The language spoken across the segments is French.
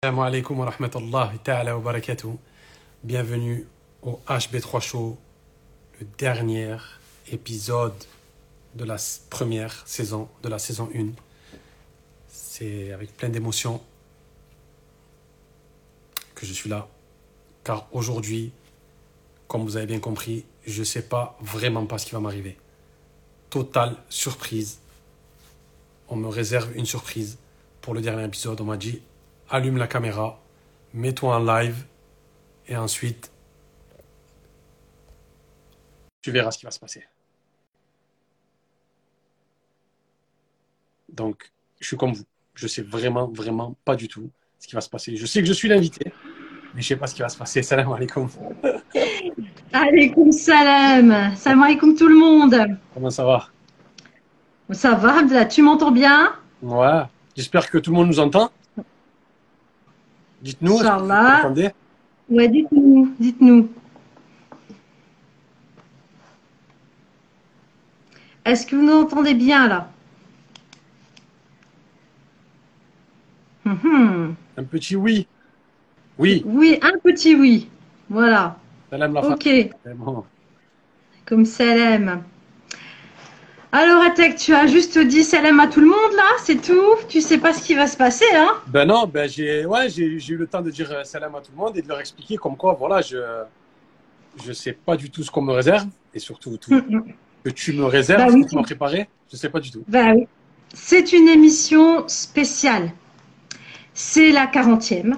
Assalamu alaikum wa rahmatullahi ta'ala wa barakatuh. Bienvenue au HB3 Show, le dernier épisode de la première saison, de la saison 1. C'est avec plein d'émotions que je suis là, car aujourd'hui, comme vous avez bien compris, je ne sais vraiment pas ce qui va m'arriver. Totale surprise. On me réserve une surprise pour le dernier épisode. On m'a dit, allume la caméra, mets-toi en live et ensuite, tu verras ce qui va se passer. Donc, je suis comme vous. Je ne sais vraiment pas du tout ce qui va se passer. Je sais que je suis l'invité, mais je ne sais pas ce qui va se passer. Salam alaikum. Alaikum salam. Salam alaikum tout le monde. Comment ça va? Ça va, Abdallah, tu m'entends bien? Ouais. J'espère que tout le monde nous entend. Dites-nous, est-ce que vous Inch'Allah. m'entendez? Ouais, dites-nous. Est-ce que vous nous entendez bien là? Mhm. Un petit oui. Oui. Oui, un petit oui. Voilà. Salam la Ok, famille. C'est bon. comme salam. Alors, Atek, tu as juste dit salam à tout le monde là, c'est tout? Tu sais pas ce qui va se passer, hein? Ben non, ben j'ai eu le temps de dire salam à tout le monde et de leur expliquer comme quoi, voilà, je sais pas du tout ce qu'on me réserve et surtout que tu me réserves, Bah ce oui, que tu m'as préparé, je sais pas du tout. bah oui. C'est une émission spéciale. C'est la 40e.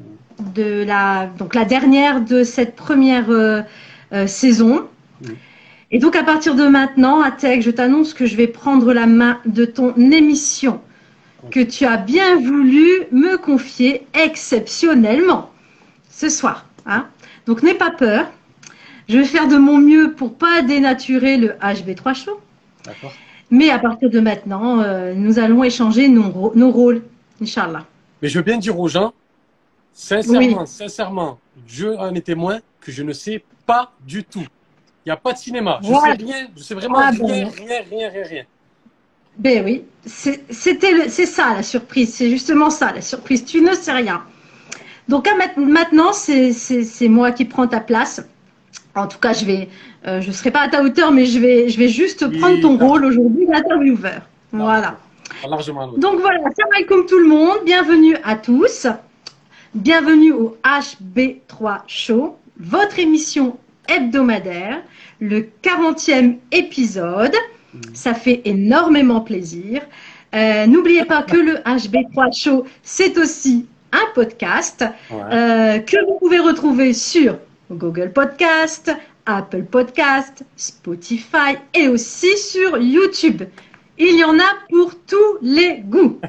Donc la dernière de cette première saison. Mm. Et donc à partir de maintenant, Atek, je t'annonce que je vais prendre la main de ton émission que tu as bien voulu me confier exceptionnellement ce soir. Hein. Donc n'aie pas peur. Je vais faire de mon mieux pour pas dénaturer le HB3 Show. D'accord. Mais à partir de maintenant, nous allons échanger nos rôles, Inch'Allah. Mais je veux bien dire aux gens, Oui. sincèrement, Dieu en est témoin que je ne sais pas du tout. Il n'y a pas de cinéma. Je sais Voilà. rien, je sais vraiment Ah rien. ben, ben oui, c'est ça la surprise, c'est justement ça la surprise, tu ne sais rien. Donc maintenant, c'est moi qui prends ta place. En tout cas, je serai pas à ta hauteur, mais je vais juste prendre Oui, ton rôle aujourd'hui d'intervieweur. Voilà. largement. Donc voilà, salam alaikum tout le monde, bienvenue à tous. Bienvenue au HB3 Show, votre émission hebdomadaire, le 40e épisode. Ça fait énormément plaisir. N'oubliez pas que le HB3 Show, c'est aussi un podcast que vous pouvez retrouver sur Google Podcast, Apple Podcast, Spotify et aussi sur YouTube. Il y en a pour tous les goûts.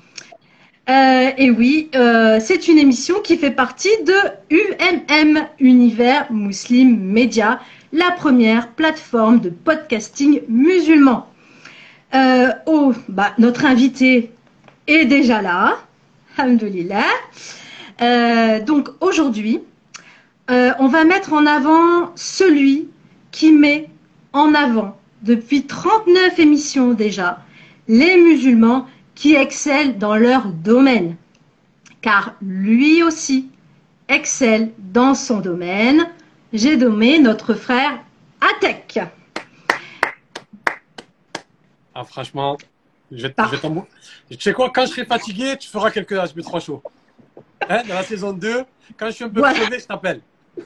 Et oui, c'est une émission qui fait partie de UMM, Univers Muslim Media, la première plateforme de podcasting musulman. Notre invité est déjà là, alhamdoulilah. Donc aujourd'hui, on va mettre en avant celui qui met en avant, depuis 39 émissions déjà, les musulmans qui excellent dans leur domaine, car lui aussi excelle dans son domaine. J'ai nommé notre frère Atek. Ah, franchement, je vais t'embaucher. Tu sais quoi, quand je serai fatigué, tu feras quelques HB3 Show. Hein, dans la saison 2, quand je suis un peu crevé, je t'appelle.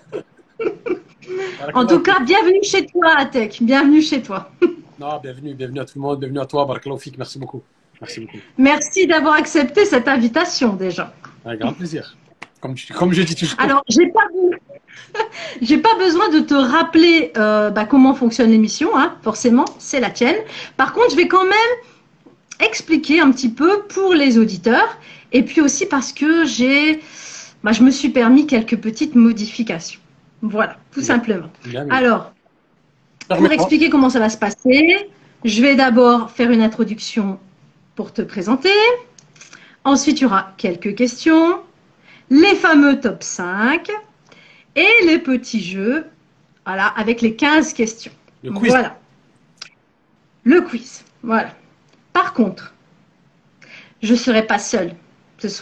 En tout cas, bienvenue chez toi, Atek. Bienvenue chez toi. Non, bienvenue à tout le monde, bienvenue à toi, Barakallahu Fik, merci beaucoup. Merci beaucoup. Merci d'avoir accepté cette invitation déjà. Avec grand plaisir. Comme je dis toujours. Alors, j'ai pas besoin de te rappeler comment fonctionne l'émission, hein, forcément, c'est la tienne. Par contre, je vais quand même expliquer un petit peu pour les auditeurs, et puis aussi parce que je me suis permis quelques petites modifications. Voilà, tout simplement. Alors, pour expliquer comment ça va se passer, je vais d'abord faire une introduction pour te présenter. Ensuite, il y aura quelques questions, les fameux top 5 et les petits jeux, voilà, avec les 15 questions. Le quiz. Voilà. Le quiz, voilà. Par contre, je ne serai pas seule ce soir.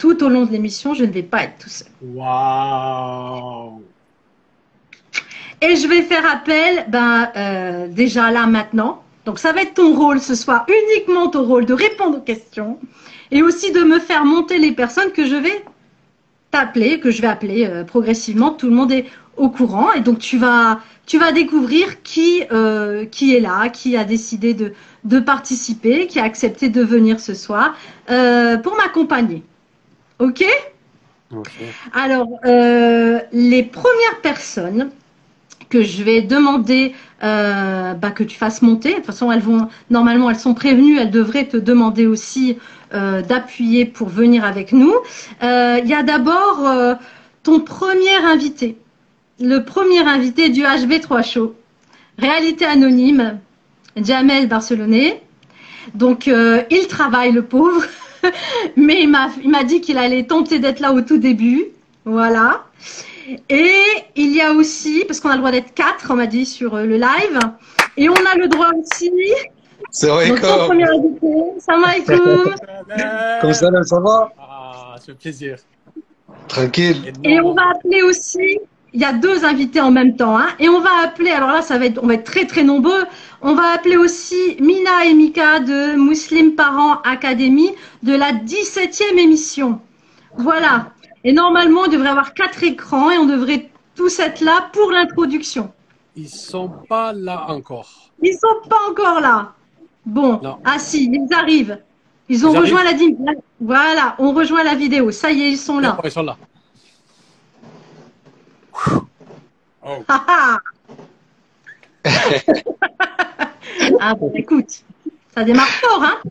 tout au long de l'émission, je ne vais pas être tout seul. Waouh! Et je vais faire appel, déjà là maintenant. Donc ça va être ton rôle ce soir, uniquement ton rôle de répondre aux questions et aussi de me faire monter les personnes que je vais que je vais appeler progressivement. Tout le monde est au courant et donc tu vas découvrir qui est là, qui a décidé de participer, qui a accepté de venir ce soir pour m'accompagner. Ok? Alors, les premières personnes que je vais demander que tu fasses monter. De toute façon, normalement, elles sont prévenues, elles devraient te demander aussi d'appuyer pour venir avec nous. Il y a d'abord ton premier invité, le premier invité du HB3 Show, Réalité Anonyme, Jamel Barcelonais. Donc, il travaille, le pauvre, mais il m'a dit qu'il allait tenter d'être là au tout début. Voilà. Et il y a aussi, parce qu'on a le droit d'être 4, on m'a dit sur le live, et on a le droit aussi. C'est vrai, donc ton premier invité, salam alaikum. Comme ça va? Ah, c'est un plaisir. Tranquille. Et on va appeler aussi, il y a 2 invités en même temps, hein, et on va appeler, alors là on va être très très nombreux, on va appeler aussi Mina et Mika de Muslim Parents Academy de la 17e émission. Voilà. Et normalement, il devrait y avoir 4 écrans et on devrait tous être là pour l'introduction. Ils sont pas là encore. Ils sont pas encore là. Bon, non. Ah si, ils arrivent. Ils ont rejoint la Voilà, on rejoint la vidéo. Ça y est, ils sont là. Ils sont là. Oh. Ah bon, écoute, ça démarre fort, hein.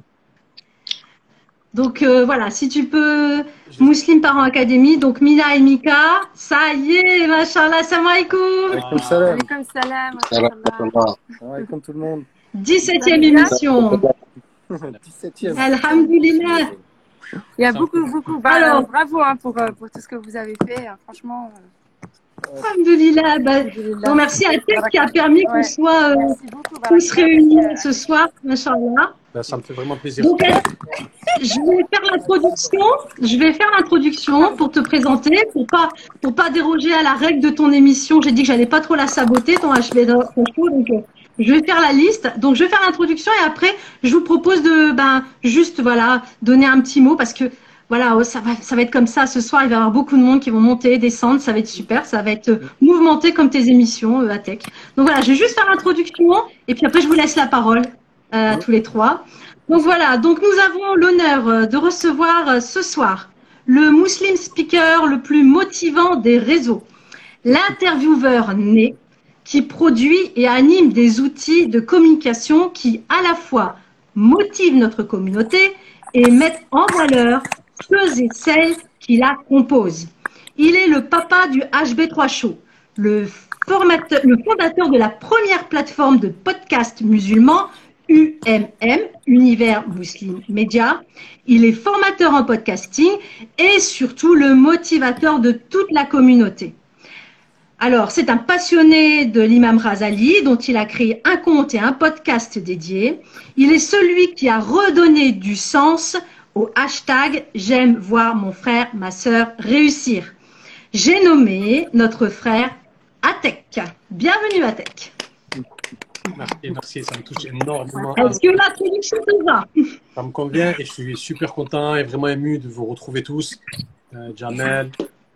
Donc voilà, si tu peux, Muslim Parents Academy, donc Mina et Mika, ça y est, machallah, salam alaikum. Salam. Salam Alaikum tout le monde. 17e émission. 17e. Alhamdulillah. Il y a beaucoup. Alors, bravo hein, pour tout ce que vous avez fait. Franchement. Alhamdulillah. Bon, merci à Tech qui a permis qu'on soit tous réunis ce soir, machallah. Ça me fait vraiment plaisir. Donc, je vais faire l'introduction pour te présenter, pour pas déroger à la règle de ton émission. J'ai dit que j'allais pas trop la saboter, ton HB ton show, donc je vais faire la liste. Donc, je vais faire l'introduction et après, je vous propose de, juste, voilà, donner un petit mot parce que, voilà, ça va être comme ça. Ce soir, il va y avoir beaucoup de monde qui vont monter, descendre. Ça va être super. Ça va être mouvementé comme tes émissions à Tech. Donc, voilà, je vais juste faire l'introduction et puis après, je vous laisse la parole. Tous les 3. Donc voilà, donc nous avons l'honneur de recevoir ce soir le Muslim speaker le plus motivant des réseaux, l'intervieweur né qui produit et anime des outils de communication qui à la fois motivent notre communauté et mettent en valeur ceux et celles qui la composent. Il est le papa du HB3 Show, le fondateur de la première plateforme de podcast musulman UMM, Univers Muslim Média. Il est formateur en podcasting et surtout le motivateur de toute la communauté. Alors, c'est un passionné de l'imam Razali dont il a créé un compte et un podcast dédié. Il est celui qui a redonné du sens au hashtag « J'aime voir mon frère, ma sœur réussir ». J'ai nommé notre frère Atek. Bienvenue Atek. Merci, ça me touche énormément. Est-ce que l'introduction te va? Ça me convient et je suis super content et vraiment ému de vous retrouver tous. Jamel.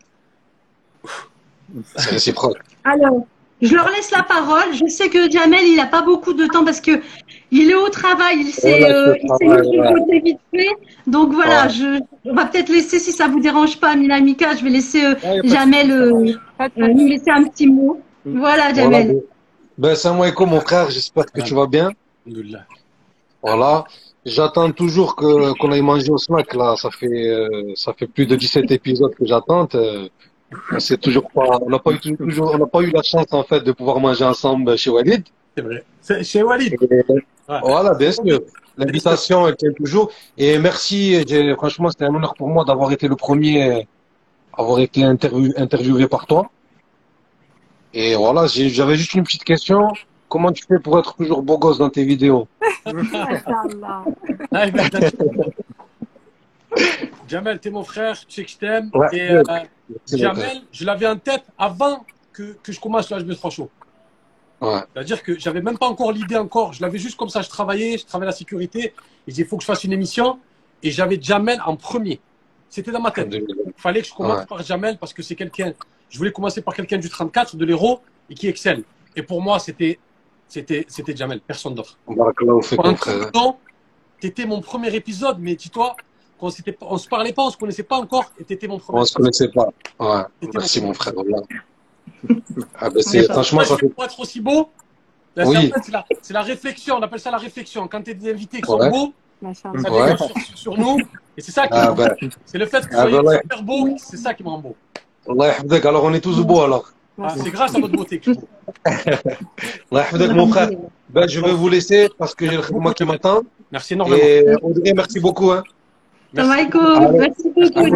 C'est réciproque. Alors, je leur laisse la parole. Je sais que Jamel, il n'a pas beaucoup de temps parce que il est au travail, il s'est mis vite fait. Donc voilà, on va peut-être laisser, si ça vous dérange pas, Mila Mika, je vais laisser Jamel nous laisser un petit mot. Voilà, Jamel. Salam alaikum mon frère, j'espère que tu vas bien. Voilà. J'attends toujours qu'on aille manger au snack là. Ça fait plus de 17 épisodes que j'attends. C'est toujours pas, on n'a pas eu la chance en fait de pouvoir manger ensemble chez Walid. C'est vrai. C'est chez Walid. Voilà, bien sûr. L'invitation elle tient toujours. Et merci. Franchement, c'était un honneur pour moi d'avoir été le premier, avoir été interviewé par toi. Et voilà, j'avais juste une petite question. Comment tu fais pour être toujours beau gosse dans tes vidéos? Jamel, t'es mon frère, tu sais que je t'aime. Ouais. Et Jamel, je l'avais en tête avant que je commence le HB3 Show. Ouais. C'est-à-dire que j'avais même pas encore l'idée encore. Je l'avais juste comme ça, je travaillais la sécurité. Et j'ai dit, il faut que je fasse une émission. Et j'avais Jamel en premier. C'était dans ma tête. Il fallait que je commence par Jamel parce que c'est quelqu'un. Je voulais commencer par quelqu'un du 34, de l'Hérault, et qui excelle. Et pour moi, c'était Jamel, personne d'autre. Pendant tout le temps, t'étais mon premier épisode, mais dis-toi, on se parlait pas, on se connaissait pas encore, et t'étais mon premier. On se connaissait pas. Ouais. Merci mon frère. Ah ben c'est franchement ça fait... Pour être aussi beau, là, oui. c'est la réflexion, on appelle ça la réflexion. Quand tu as des invités qui sont beaux, ça ouais. sur nous, et c'est ça qui c'est le fait que vous soyez super beau, c'est ça qui me rend beau. Alors on est tous beaux alors. C'est grâce à votre beauté que je suis beau. Mon frère. Ben, je vais vous laisser parce que j'ai le khidma qui m'attend. Merci énormément. Et Audrey, merci beaucoup. Hein. Merci beaucoup.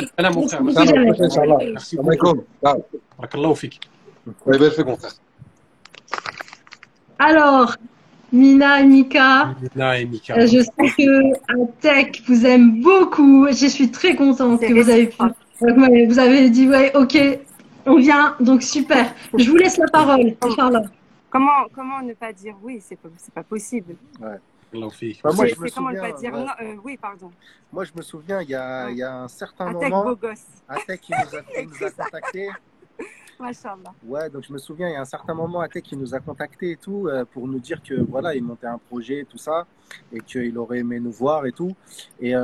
Merci beaucoup. Barakallahu fik. Alors, Mina et Mika, je sais que Atek vous aime beaucoup. Je suis très contente que vous avez pu. Vous avez dit, ouais, ok, on vient, donc super. Je vous laisse la parole, Inch'Allah. Comment ne pas dire oui, c'est pas possible. Ouais. Moi, je me souviens, ne pas dire non, oui, pardon. Moi, je me souviens, il y a un certain Atek, moment, beau gosse. Atek qui nous a contactés. Machallah. Ouais, donc je me souviens, il y a un certain moment, Atek qui nous a contactés et tout, pour nous dire que voilà, il montait un projet, tout ça, et qu'il aurait aimé nous voir et tout. Et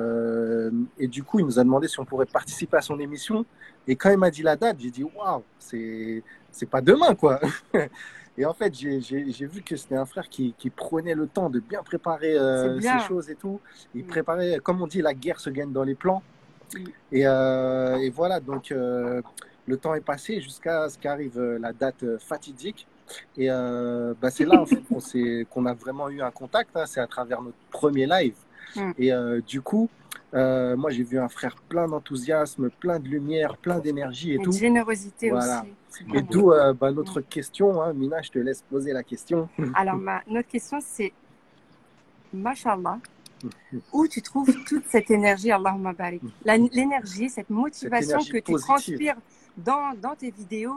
du coup, il nous a demandé si on pourrait participer à son émission. Et quand il m'a dit la date, j'ai dit waouh, c'est pas demain, quoi. Et en fait, j'ai vu que c'était un frère qui prenait le temps de bien préparer ces choses et tout. Il préparait, comme on dit, la guerre se gagne dans les plans. Et voilà, donc le temps est passé jusqu'à ce qu'arrive la date fatidique. Et c'est là en fait qu'on a vraiment eu un contact. Hein, c'est à travers notre premier live. Et du coup, moi j'ai vu un frère plein d'enthousiasme, plein de lumière, plein d'énergie et tout. De générosité voilà. aussi. Et d'où notre question, hein. Mina, je te laisse poser la question. Alors, notre question, c'est, Mashallah, où tu trouves toute cette énergie, Allahumma barik, l'énergie, cette motivation que tu transpires dans tes vidéos,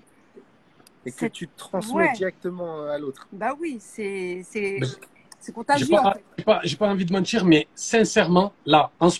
et que tu transmets directement à l'autre. Bah oui, c'est contagieux. J'ai pas envie de mentir, mais sincèrement, là, en ce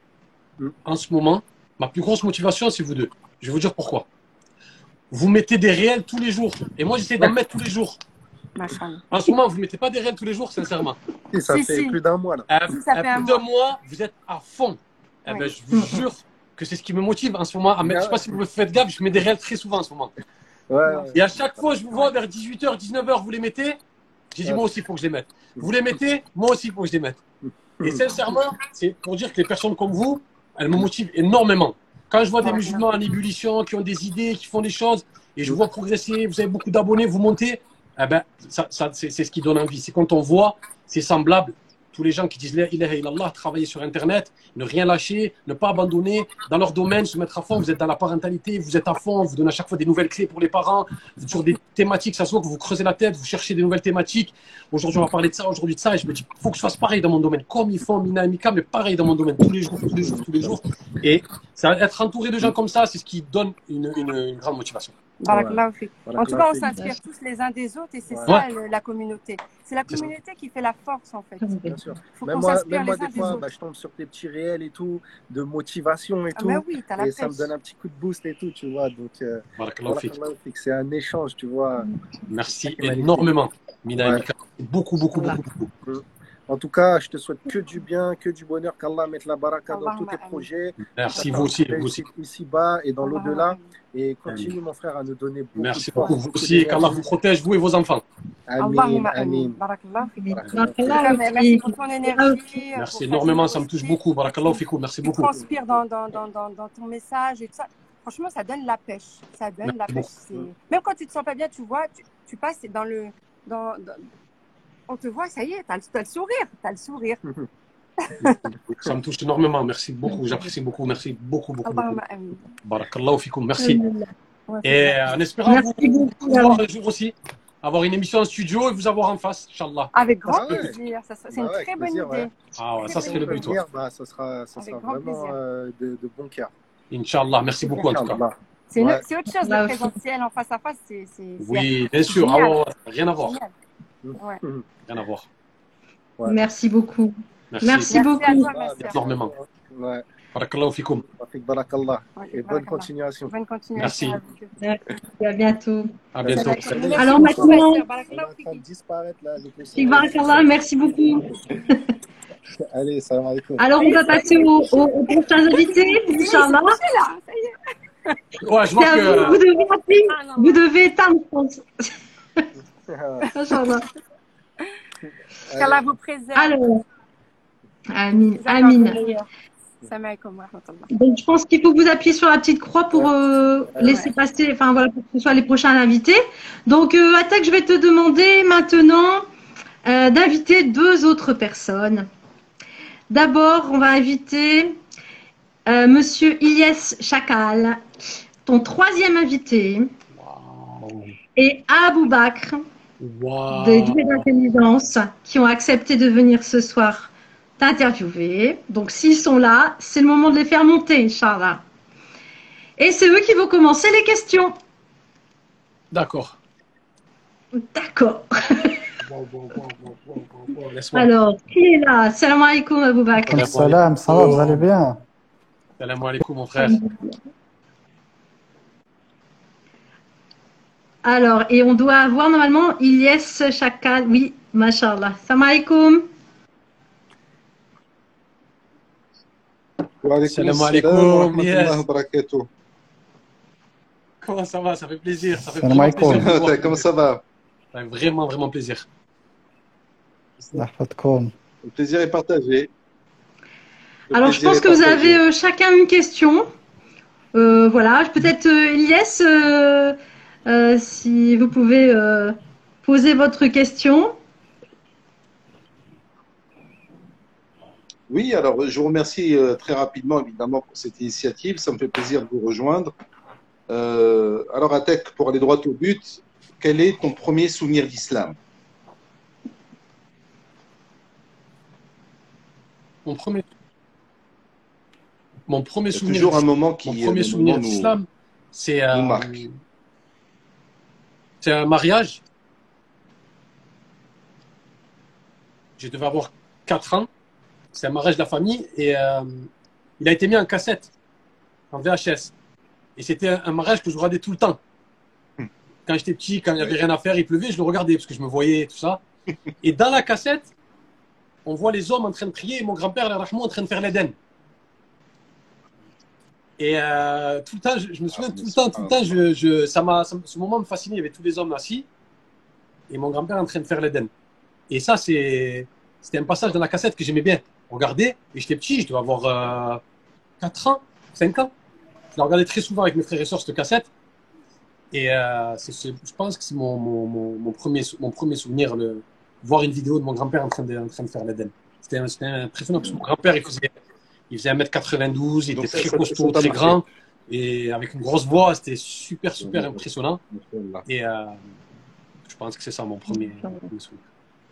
moment, ma plus grosse motivation, c'est vous deux. Je vais vous dire pourquoi. Vous mettez des réels tous les jours. Et moi, j'essaie d'en mettre tous les jours. En ce moment, vous ne mettez pas des réels tous les jours, sincèrement. Et ça fait plus d'un mois. Là. Plus d'un mois, vous êtes à fond. Eh ben, je vous jure que c'est ce qui me motive en ce moment. Je ne sais pas si vous me faites gaffe, je mets des réels très souvent en ce moment. Et à chaque fois, je vous vois vers 18h, 19h, vous les mettez. J'ai dit, moi aussi, il faut que je les mette. Vous les mettez, moi aussi, il faut que je les mette. Et sincèrement, c'est pour dire que les personnes comme vous, elles me motivent énormément. Quand je vois des musulmans en ébullition, qui ont des idées, qui font des choses, et je vois progresser, vous avez beaucoup d'abonnés, vous montez, eh ben, c'est ce qui donne envie. C'est quand on voit, c'est semblable. Tous les gens qui disent la ilaha illallah, travailler sur Internet, ne rien lâcher, ne pas abandonner dans leur domaine, se mettre à fond. Vous êtes dans la parentalité, vous êtes à fond, vous donnez à chaque fois des nouvelles clés pour les parents. Vous êtes sur des thématiques, ça se voit que vous creusez la tête, vous cherchez des nouvelles thématiques. Aujourd'hui, on va parler de ça, aujourd'hui de ça. Et je me dis, il faut que je fasse pareil dans mon domaine, comme ils font Mina et Mika, mais pareil dans mon domaine, tous les jours. Et ça, être entouré de gens comme ça, c'est ce qui donne une grande motivation. En tout cas, on s'inspire tous les uns des autres et c'est ça la communauté. C'est la communauté qui fait la force en fait. Bien sûr. Même moi, des fois, je tombe sur tes petits réels et tout, de motivation et tout. Oui, et ça me donne un petit coup de boost et tout, tu vois. Donc, c'est un échange, tu vois. Merci énormément, Mina et Mika. Beaucoup. En tout cas, je te souhaite que du bien, que du bonheur, qu'Allah mette la baraka dans tous tes projets. Merci, vous aussi. Ici-bas et dans l'au-delà. Et continue, mon frère, à nous donner beaucoup Merci beaucoup, vous aussi. Qu'Allah vous protège, vous et vos enfants. Amin. Merci pour ton énergie. Merci énormément, ça me touche beaucoup. Barakallahu fikou, merci beaucoup. Tu transpires dans ton message et tout ça. Franchement, ça donne la pêche. Ça donne la pêche. Même quand tu te sens pas bien, tu vois, tu passes dans le... On te voit, ça y est, t'as le sourire. Ça me touche énormément, merci beaucoup, j'apprécie beaucoup, merci beaucoup. Barakallahu fikum, merci. Et en espérant vous voir un jour aussi, avoir une émission en studio et vous avoir en face, Inch'Allah. Avec grand Ah ouais. plaisir. C'est Bah une ouais, très avec bonne plaisir, idée. ouais. Ah ouais, ça Très serait le bonne but, idée. ouais. Bah, ça sera Avec grand vraiment plaisir. de bon cœur. Inch'Allah, merci beaucoup en tout cas. Inch'Allah. C'est Ouais. c'est autre chose, Bah, le présentiel en face à face, c'est Oui, bien sûr. Ah génial. ouais, ouais, rien à voir. Génial. Ouais. Rien à voir. Ouais. Merci beaucoup. Merci. Merci Merci à beaucoup. toi, ma Ah, sœur. merci Énormément. Ouais. Barakallahu fikoum. Rafik Barakallah. Ouais, Et bonne barakallah. continuation. Bonne continuation. Merci. à vous deux. Merci, à bientôt. À bientôt. Merci Alors beaucoup, ma maintenant, sœur. On Barakallahu est en train fiki. de disparaître là avec le son. Sheikh Barakallah, merci beaucoup. Allez, salam alaikum. Alors, on va passer aux prochains invités, Il s'est Inch'Allah. couché là, ça y est. Ouais, je C'est vois à vous, que. vous devez appeler, Ah, non, vous non. devez éteindre, je pense. Inch'Allah. Qu'Allah vous préserve. Alors, Amin, Vous accorde Amin. le meilleur. Salam alaikum wa rahmatullah. Donc, je pense qu'il faut que vous appuyiez sur la petite croix pour laisser passer, enfin voilà, pour que ce soit les prochains invités. Donc, Attaque, je vais te demander maintenant d'inviter deux autres personnes. D'abord, on va inviter Monsieur Ilyes Chakal, ton troisième invité, Waouh. et Abou Bakr, des Waouh. Doués d'intelligence, qui ont accepté de venir ce soir t'interviewer. Donc, s'ils sont là, c'est le moment de les faire monter, Inch'Allah. Et c'est eux qui vont commencer les questions. D'accord. D'accord. Laisse-moi. Alors, qui est là? Salam alaikum, Abou Bakr. Salam, ça va, vous allez bien? Salam alaikum, mon frère. Alors, et on doit avoir normalement Ilyes Chakal. Oui, mashallah. Salam alaikum. Wa alaykoum Salam assalam alaikum, wa rahmatullahi yes. wa barakatuh. Comment ça va? Ça fait plaisir. Ça fait Salam vraiment alaikum. plaisir. de vous voir. Comment ça va? Ça fait vraiment, vraiment plaisir. Yahfadkoum. Le plaisir est partagé. Le Alors, je plaisir pense est que vous partagé. avez chacun une question. Voilà, peut-être Ilyes, si vous pouvez poser votre question. Oui, alors je vous remercie très rapidement, évidemment, pour cette initiative. Ça me fait plaisir de vous rejoindre. Alors, Atek, pour aller droit au but, quel est ton premier souvenir d'islam? Mon premier Il y a souvenir. toujours un moment Mon qui premier souvenir nous d'islam, c'est marque. c'est un mariage. Je devais avoir 4 ans. C'est un mariage de la famille et il a été mis en cassette, en VHS. Et c'était un mariage que je regardais tout le temps. Quand j'étais petit, quand il n'y avait rien à faire, il pleuvait, je le regardais parce que je me voyais, tout ça. Et dans la cassette, on voit les hommes en train de prier et mon grand-père, Rahmou, en train de faire l'Éden. Et tout le temps, je me souviens, tout le temps, ce moment me fascinait. Il y avait tous les hommes assis et mon grand-père en train de faire l'Éden. Et ça, c'était un passage dans la cassette que j'aimais bien regarder. Et j'étais petit, je devais avoir 4 ans, 5 ans. Je la regardais très souvent avec mes frères et sœurs, cette cassette. Et je pense que c'est mon premier souvenir, voir une vidéo de mon grand-père en train de faire l'Éden. C'était impressionnant parce que mon grand-père, il faisait 1m92, il Donc était ça- très ça- costaud, ça t'a très marqué. grand et avec une grosse voix. C'était super impressionnant. Et je pense que c'est ça mon premier souvenir.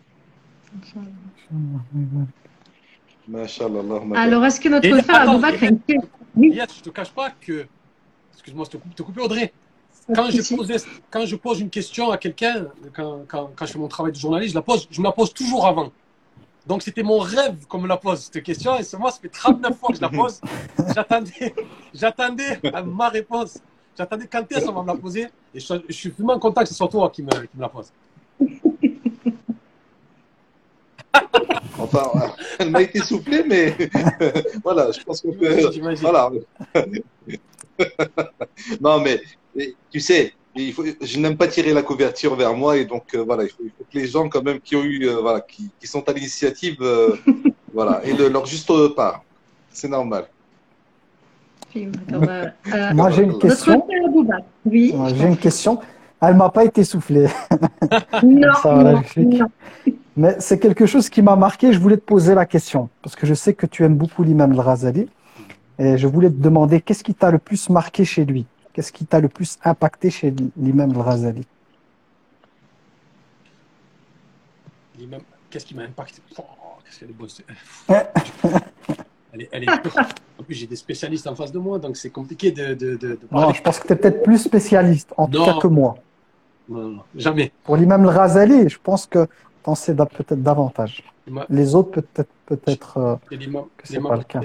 Masha'Allah, Allahumma Alors, est-ce que notre Et frère attends, Abou Bakr a une question? Oui, Yes, je te cache pas que, excuse-moi, je te coupe Audrey. pas de souci. Quand je pose une question à quelqu'un, quand je fais mon travail de journaliste, je me la pose toujours avant. Donc c'était mon rêve qu'on me la pose, cette question. Et moi, ça fait 39 fois que je la pose. J'attendais ma réponse. J'attendais quand est-ce qu'on va me la poser. Et je suis vraiment content que ce soit toi qui me la pose. Enfin, elle m'a été soufflée, mais voilà, je pense qu'on peut. J'imagine. Voilà. Non, mais tu sais, je n'aime pas tirer la couverture vers moi, et donc voilà, il faut que les gens quand même qui ont eu, voilà, qui sont à l'initiative, voilà, et leur juste part. C'est normal. Moi, j'ai une Notre question. frère Abou Bakr, oui. Moi, j'ai une question. Elle m'a pas été soufflée. Non, Ça va, non, magnifique. non. Mais c'est quelque chose qui m'a marqué. Je voulais te poser la question parce que je sais que tu aimes beaucoup l'imam Al-Ghazali. Et je voulais te demander qu'est-ce qui t'a le plus marqué chez lui? Qu'est-ce qui t'a le plus impacté chez l'imam Al-Ghazali? Qu'est-ce qui m'a impacté? Oh, qu'est-ce qu'elle est bonne. Elle est dure. En plus, j'ai des spécialistes en face de moi, donc c'est compliqué de parler. Non, je pense que tu es peut-être plus spécialiste, en tout cas que moi. Non, jamais. Pour l'imam al-Ghazali, je pense que tu en sais peut-être davantage. Les autres, peut-être que c'est pas le cas.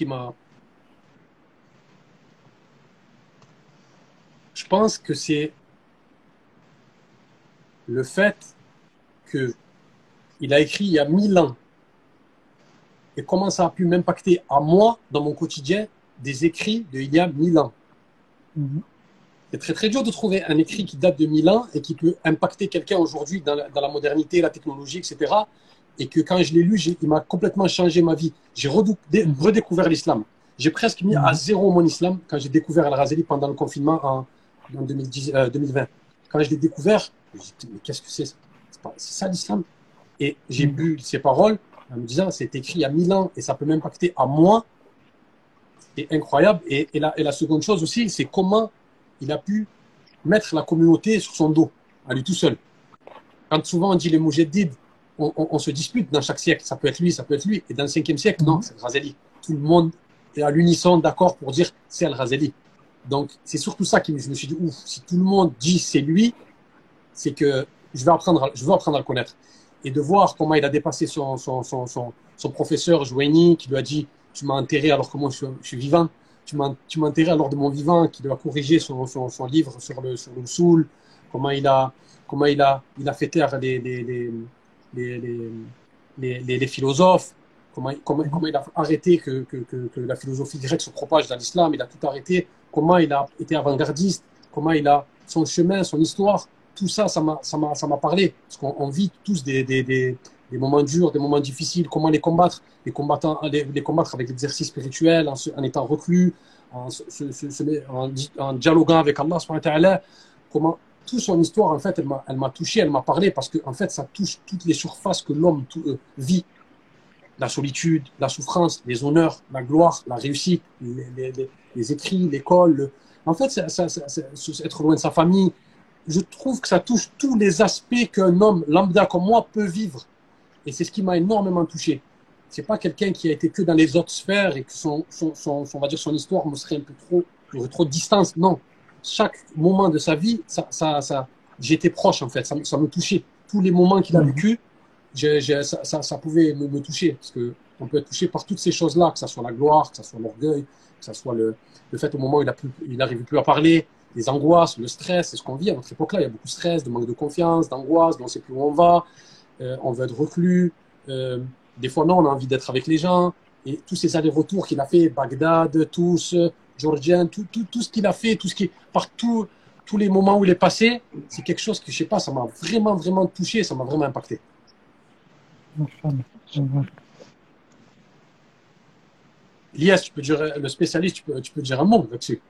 Je pense que c'est le fait qu'il a écrit il y a 1000 ans et comment ça a pu m'impacter à moi, dans mon quotidien, des écrits d'il y a 1000 ans. C'est très très dur de trouver un écrit qui date de 1000 ans et qui peut impacter quelqu'un aujourd'hui dans la modernité, la technologie, etc. Et que quand je l'ai lu, il m'a complètement changé ma vie. J'ai redécouvert l'islam. J'ai presque mis à zéro mon islam quand j'ai découvert Al-Ghazali pendant le confinement en 2020. Quand je l'ai découvert, je me suis dit, mais qu'est-ce que c'est? C'est ça l'islam? Et j'ai lu ses paroles en me disant, c'est écrit il y a 1000 ans et ça peut m'impacter à moi. C'est incroyable. Et la seconde chose aussi, c'est comment il a pu mettre la communauté sur son dos, à lui tout seul. Quand souvent on dit les Moujaddids, on se dispute dans chaque siècle, ça peut être lui, ça peut être lui. Et dans le 5e siècle, non, c'est Al-Ghazali. Tout le monde est à l'unisson d'accord pour dire c'est Al-Ghazali. Donc c'est surtout ça que je me suis dit, ouf, si tout le monde dit c'est lui, c'est que je veux apprendre à le connaître. Et de voir comment il a dépassé son professeur Jouaini, qui lui a dit, tu m'as enterré alors que moi je suis vivant. Tu m'as enterré alors de mon vivant, qui doit corriger son livre sur le Soul, comment il a fait taire les philosophes, comment il a arrêté que la philosophie grecque se propage dans l'islam, il a tout arrêté, comment il a été avant-gardiste, comment il a son chemin, son histoire, tout ça, ça m'a parlé, parce qu'on vit tous des moments durs, des moments difficiles, comment les combattre, les combattre avec l'exercice spirituel, en étant reclus, en dialoguant avec Allah subhanahu wa ta'ala, comment toute son histoire, en fait, elle m'a touché, elle m'a parlé, parce que en fait, ça touche toutes les surfaces que l'homme vit. La solitude, la souffrance, les honneurs, la gloire, la réussite, les écrits, l'école. En fait, être loin de sa famille. Je trouve que ça touche tous les aspects qu'un homme lambda comme moi peut vivre. Et c'est ce qui m'a énormément touché. C'est pas quelqu'un qui a été que dans les autres sphères et que on va dire, son histoire me serait un peu trop de distance. Non. Chaque moment de sa vie, j'étais proche, en fait. Ça me touchait. Tous les moments qu'il a vécu, ça pouvait me toucher. Parce qu'on peut être touché par toutes ces choses-là, que ce soit la gloire, que ce soit l'orgueil, que ce soit le fait au moment où il n'arrive plus à parler, les angoisses, le stress, c'est ce qu'on vit à notre époque-là. Il y a beaucoup de stress, de manque de confiance, d'angoisse, on ne sait plus où on va, on veut être reclus. Des fois, non, on a envie d'être avec les gens. Et tous ces allers-retours qu'il a fait, Bagdad, tous, Georgien, tout ce qu'il a fait, partout, tous les moments où il est passé, c'est quelque chose que, je sais pas, ça m'a vraiment, vraiment touché, ça m'a vraiment impacté. Elias, tu peux dire, le spécialiste, tu peux dire un mot là-dessus.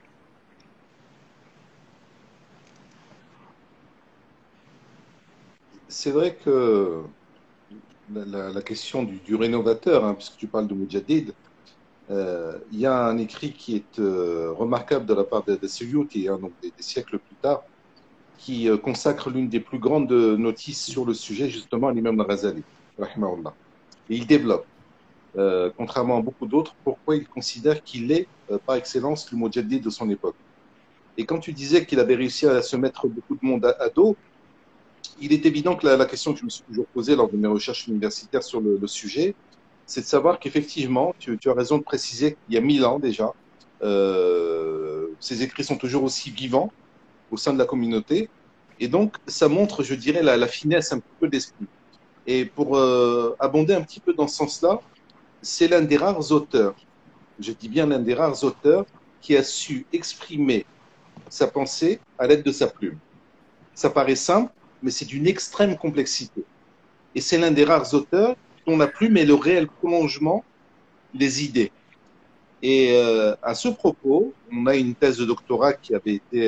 C'est vrai que la question du rénovateur, hein, puisque tu parles de Moudjadid, il y a un écrit qui est remarquable de la part de Suyuti, hein, donc des siècles plus tard, qui consacre l'une des plus grandes notices sur le sujet, justement, à l'imam al-Ghazali, rahimahullah. Et il développe, contrairement à beaucoup d'autres, pourquoi il considère qu'il est, par excellence, le Moudjadid de son époque. Et quand tu disais qu'il avait réussi à se mettre beaucoup de monde à dos, il est évident que la question que je me suis toujours posée lors de mes recherches universitaires sur le sujet, c'est de savoir qu'effectivement, tu as raison de préciser qu'il y a 1000 ans déjà, ces écrits sont toujours aussi vivants au sein de la communauté. Et donc, ça montre, je dirais, la finesse un petit peu d'esprit. Et pour abonder un petit peu dans ce sens-là, c'est l'un des rares auteurs, je dis bien l'un des rares auteurs, qui a su exprimer sa pensée à l'aide de sa plume. Ça paraît simple, mais c'est d'une extrême complexité. Et c'est l'un des rares auteurs dont la plume est le réel prolongement des idées. Et à ce propos, on a une thèse de doctorat qui avait été,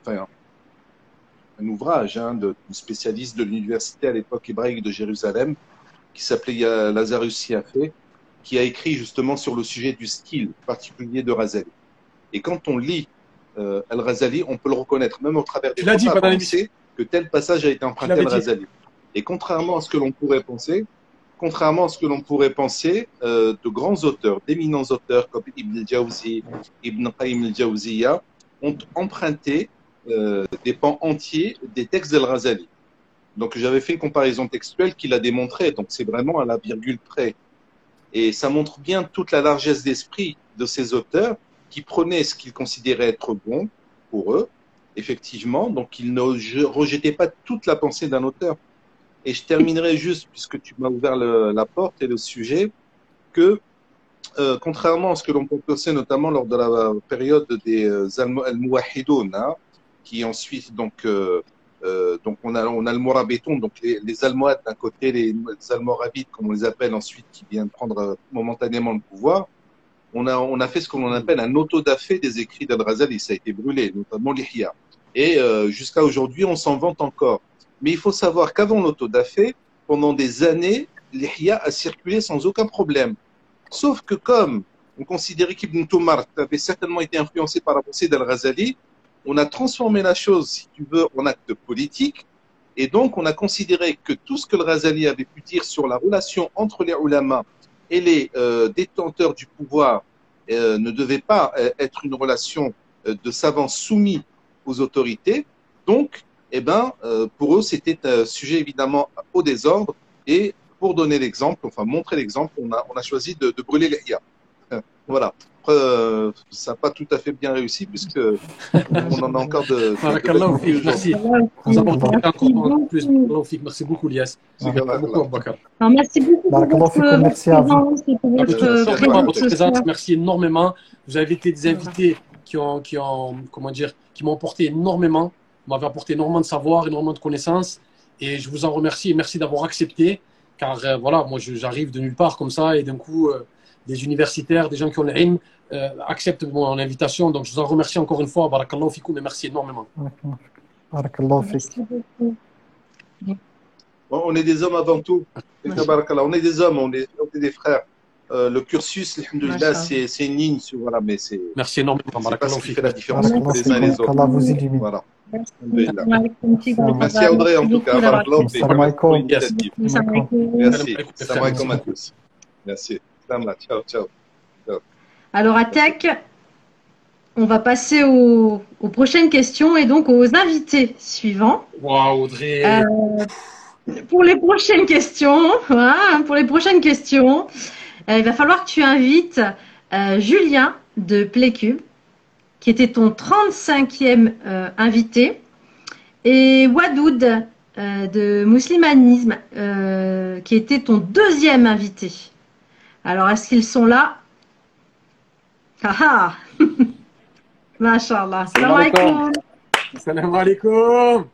un ouvrage d'une spécialiste de l'université à l'époque hébraïque de Jérusalem, qui s'appelait Lazarus Siafé, qui a écrit justement sur le sujet du style particulier de Ghazali. Et quand on lit Al-Ghazali, on peut le reconnaître, même au travers des pensées, que tel passage a été emprunté à Al-Ghazali. Et contrairement à ce que l'on pourrait penser, de grands auteurs, d'éminents auteurs comme Ibn al-Jawzi, Ibn Qayyim al-Jawziyya ont emprunté des pans entiers des textes d'Al-Ghazali. Donc j'avais fait une comparaison textuelle qui l'a démontré, donc c'est vraiment à la virgule près. Et ça montre bien toute la largesse d'esprit de ces auteurs qui prenaient ce qu'ils considéraient être bon pour eux, effectivement, donc ils ne rejetaient pas toute la pensée d'un auteur. Et je terminerai juste, puisque tu m'as ouvert la porte et le sujet, que contrairement à ce que l'on peut penser, notamment lors de la période des Al-Muwahidoun, hein, qui ensuite, donc on a le Mourabitoun, donc les Almohades d'un côté, les Almoravides, comme on les appelle ensuite, qui viennent prendre momentanément le pouvoir. On a fait ce qu'on appelle un autodafé des écrits d'Al-Ghazali, ça a été brûlé, notamment l'Ihya. Et jusqu'à aujourd'hui, on s'en vante encore. Mais il faut savoir qu'avant l'autodafé, pendant des années, l'Ihya a circulé sans aucun problème. Sauf que comme on considérait qu'Ibn Tumar avait certainement été influencé par la pensée d'Al-Ghazali, on a transformé la chose, si tu veux, en acte politique. Et donc, on a considéré que tout ce que le Ghazali avait pu dire sur la relation entre les ulama et les détenteurs du pouvoir ne devait pas être une relation de savants soumis aux autorités. Donc, pour eux, c'était sujet évidemment au désordre. Et pour donner l'exemple, enfin montrer l'exemple, on a choisi de brûler les Ihya. Voilà. Après, ça n'a pas tout à fait bien réussi puisque on en a encore de merci. Vous apportez encore plus. Merci beaucoup, Lias. Merci beaucoup, Aboubacar. Merci beaucoup pour votre présence. Merci énormément. Vous avez été des invités qui m'ont apporté énormément. Vous m'avez apporté énormément de savoir, énormément de connaissances. Et je vous en remercie et merci d'avoir accepté. Car voilà, moi j'arrive de nulle part comme ça et d'un coup, des universitaires, des gens qui ont l'ilm acceptent mon invitation. Donc je vous en remercie encore une fois. Barakallahu fikoum et merci énormément. Barakallahu fik. On est des hommes avant tout. On est des hommes, on est des frères. Le cursus, alhamdoulilah, c'est une ligne. Voilà, mais c'est. Merci énormément. C'est pas ce qui fait la différence entre les uns et les autres. Allah vous illumine. Voilà. Merci à Audrey en tout cas. Merci. Salam alaikum à tous. Merci. Ciao, ciao. Alors, Atek, on va passer aux prochaines questions et donc aux invités suivants. Waouh, Audrey. Pour les prochaines questions, il va falloir que tu invites Julien de Playcube, qui était ton 35e invité, et Wadoud de Muslimanisme, qui était ton 2e invité. Alors, est-ce qu'ils sont là? Ah ah. Masha'Allah. Salam alaikum. Salam alaikum.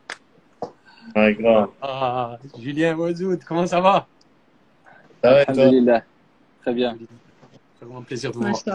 Julien Wadoud, comment ça va? Ça va et toi? Très bien. C'est vraiment un plaisir de vous voir.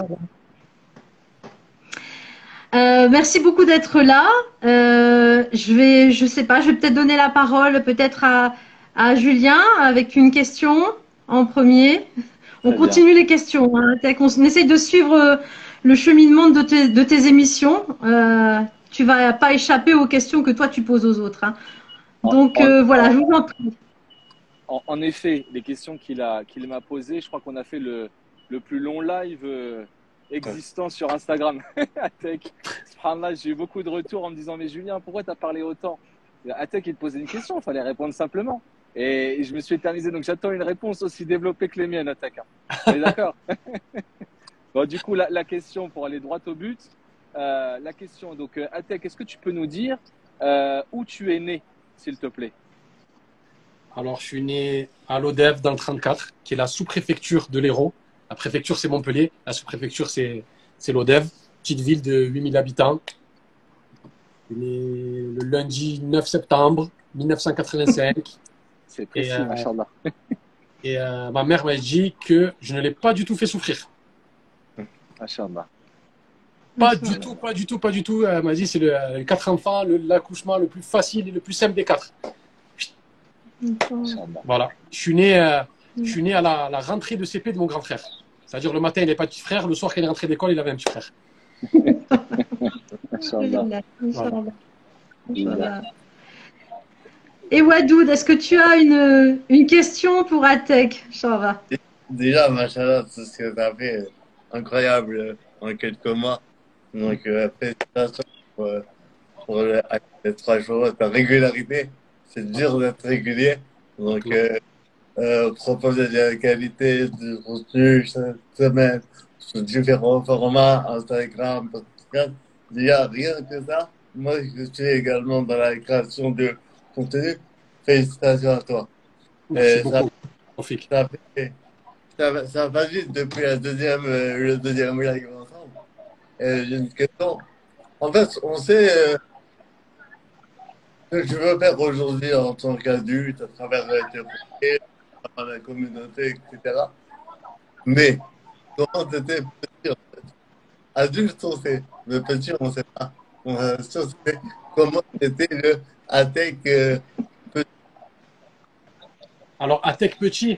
Merci beaucoup d'être là. Je vais peut-être donner la parole peut-être à Julien avec une question en premier. On continue les questions. Hein. On essaye de suivre le cheminement de tes émissions. Tu vas pas échapper aux questions que toi tu poses aux autres. Hein. Donc voilà, je vous en prie. En effet, les questions qu'il m'a posées, je crois qu'on a fait le plus long live existant sur Instagram. Atek, subhanallah, j'ai eu beaucoup de retours en me disant mais Julien, pourquoi tu as parlé autant? Atek, il te posait une question, il fallait répondre simplement. Et je me suis éternisé, donc j'attends une réponse aussi développée que les miennes, Atek. On est d'accord? Bon, du coup, la question, pour aller droit au but, la question, donc Atek, est-ce que tu peux nous dire où tu es né, s'il te plaît? Alors, je suis né à l'Odève dans le 34, qui est la sous-préfecture de l'Hérault. La préfecture, c'est Montpellier. La sous-préfecture, c'est l'Odève. Petite ville de 8000 habitants. Je suis né le lundi 9 septembre 1985. C'est précis, machallah. Et ma mère m'a dit que je ne l'ai pas du tout fait souffrir. Machallah. Pas du tout. Elle m'a dit c'est les 4 enfants, l'accouchement le plus facile et le plus simple des 4. Voilà. Je suis né à la rentrée de CP de mon grand frère. C'est-à-dire le matin, il n'avait pas de petit frère. Le soir, quand il est rentré d'école, il avait un petit frère. Et Wadoud, est-ce que tu as une question pour Atek? Ça va. Déjà, machallah, tout ce que tu as fait, incroyable en quelques mois. Donc, félicitations pour les 3 jours, ta régularité. C'est dur d'être régulier. Donc, proposer de la qualité de contenu chaque semaine sur différents formats, Instagram, podcast. Déjà, rien que ça, moi, je suis également dans la création de contenu. Félicitations à toi. Merci beaucoup. Ça va vite depuis le deuxième live ensemble. J'ai une question. En fait, on sait ce que tu veux faire aujourd'hui en tant qu'adulte, à travers tes projets, à travers la communauté, etc. Mais comment tu étais petit en fait? Adulte, on sait, mais petit, on ne sait pas. On sait comment était le Atek petit. Alors, Atek petit,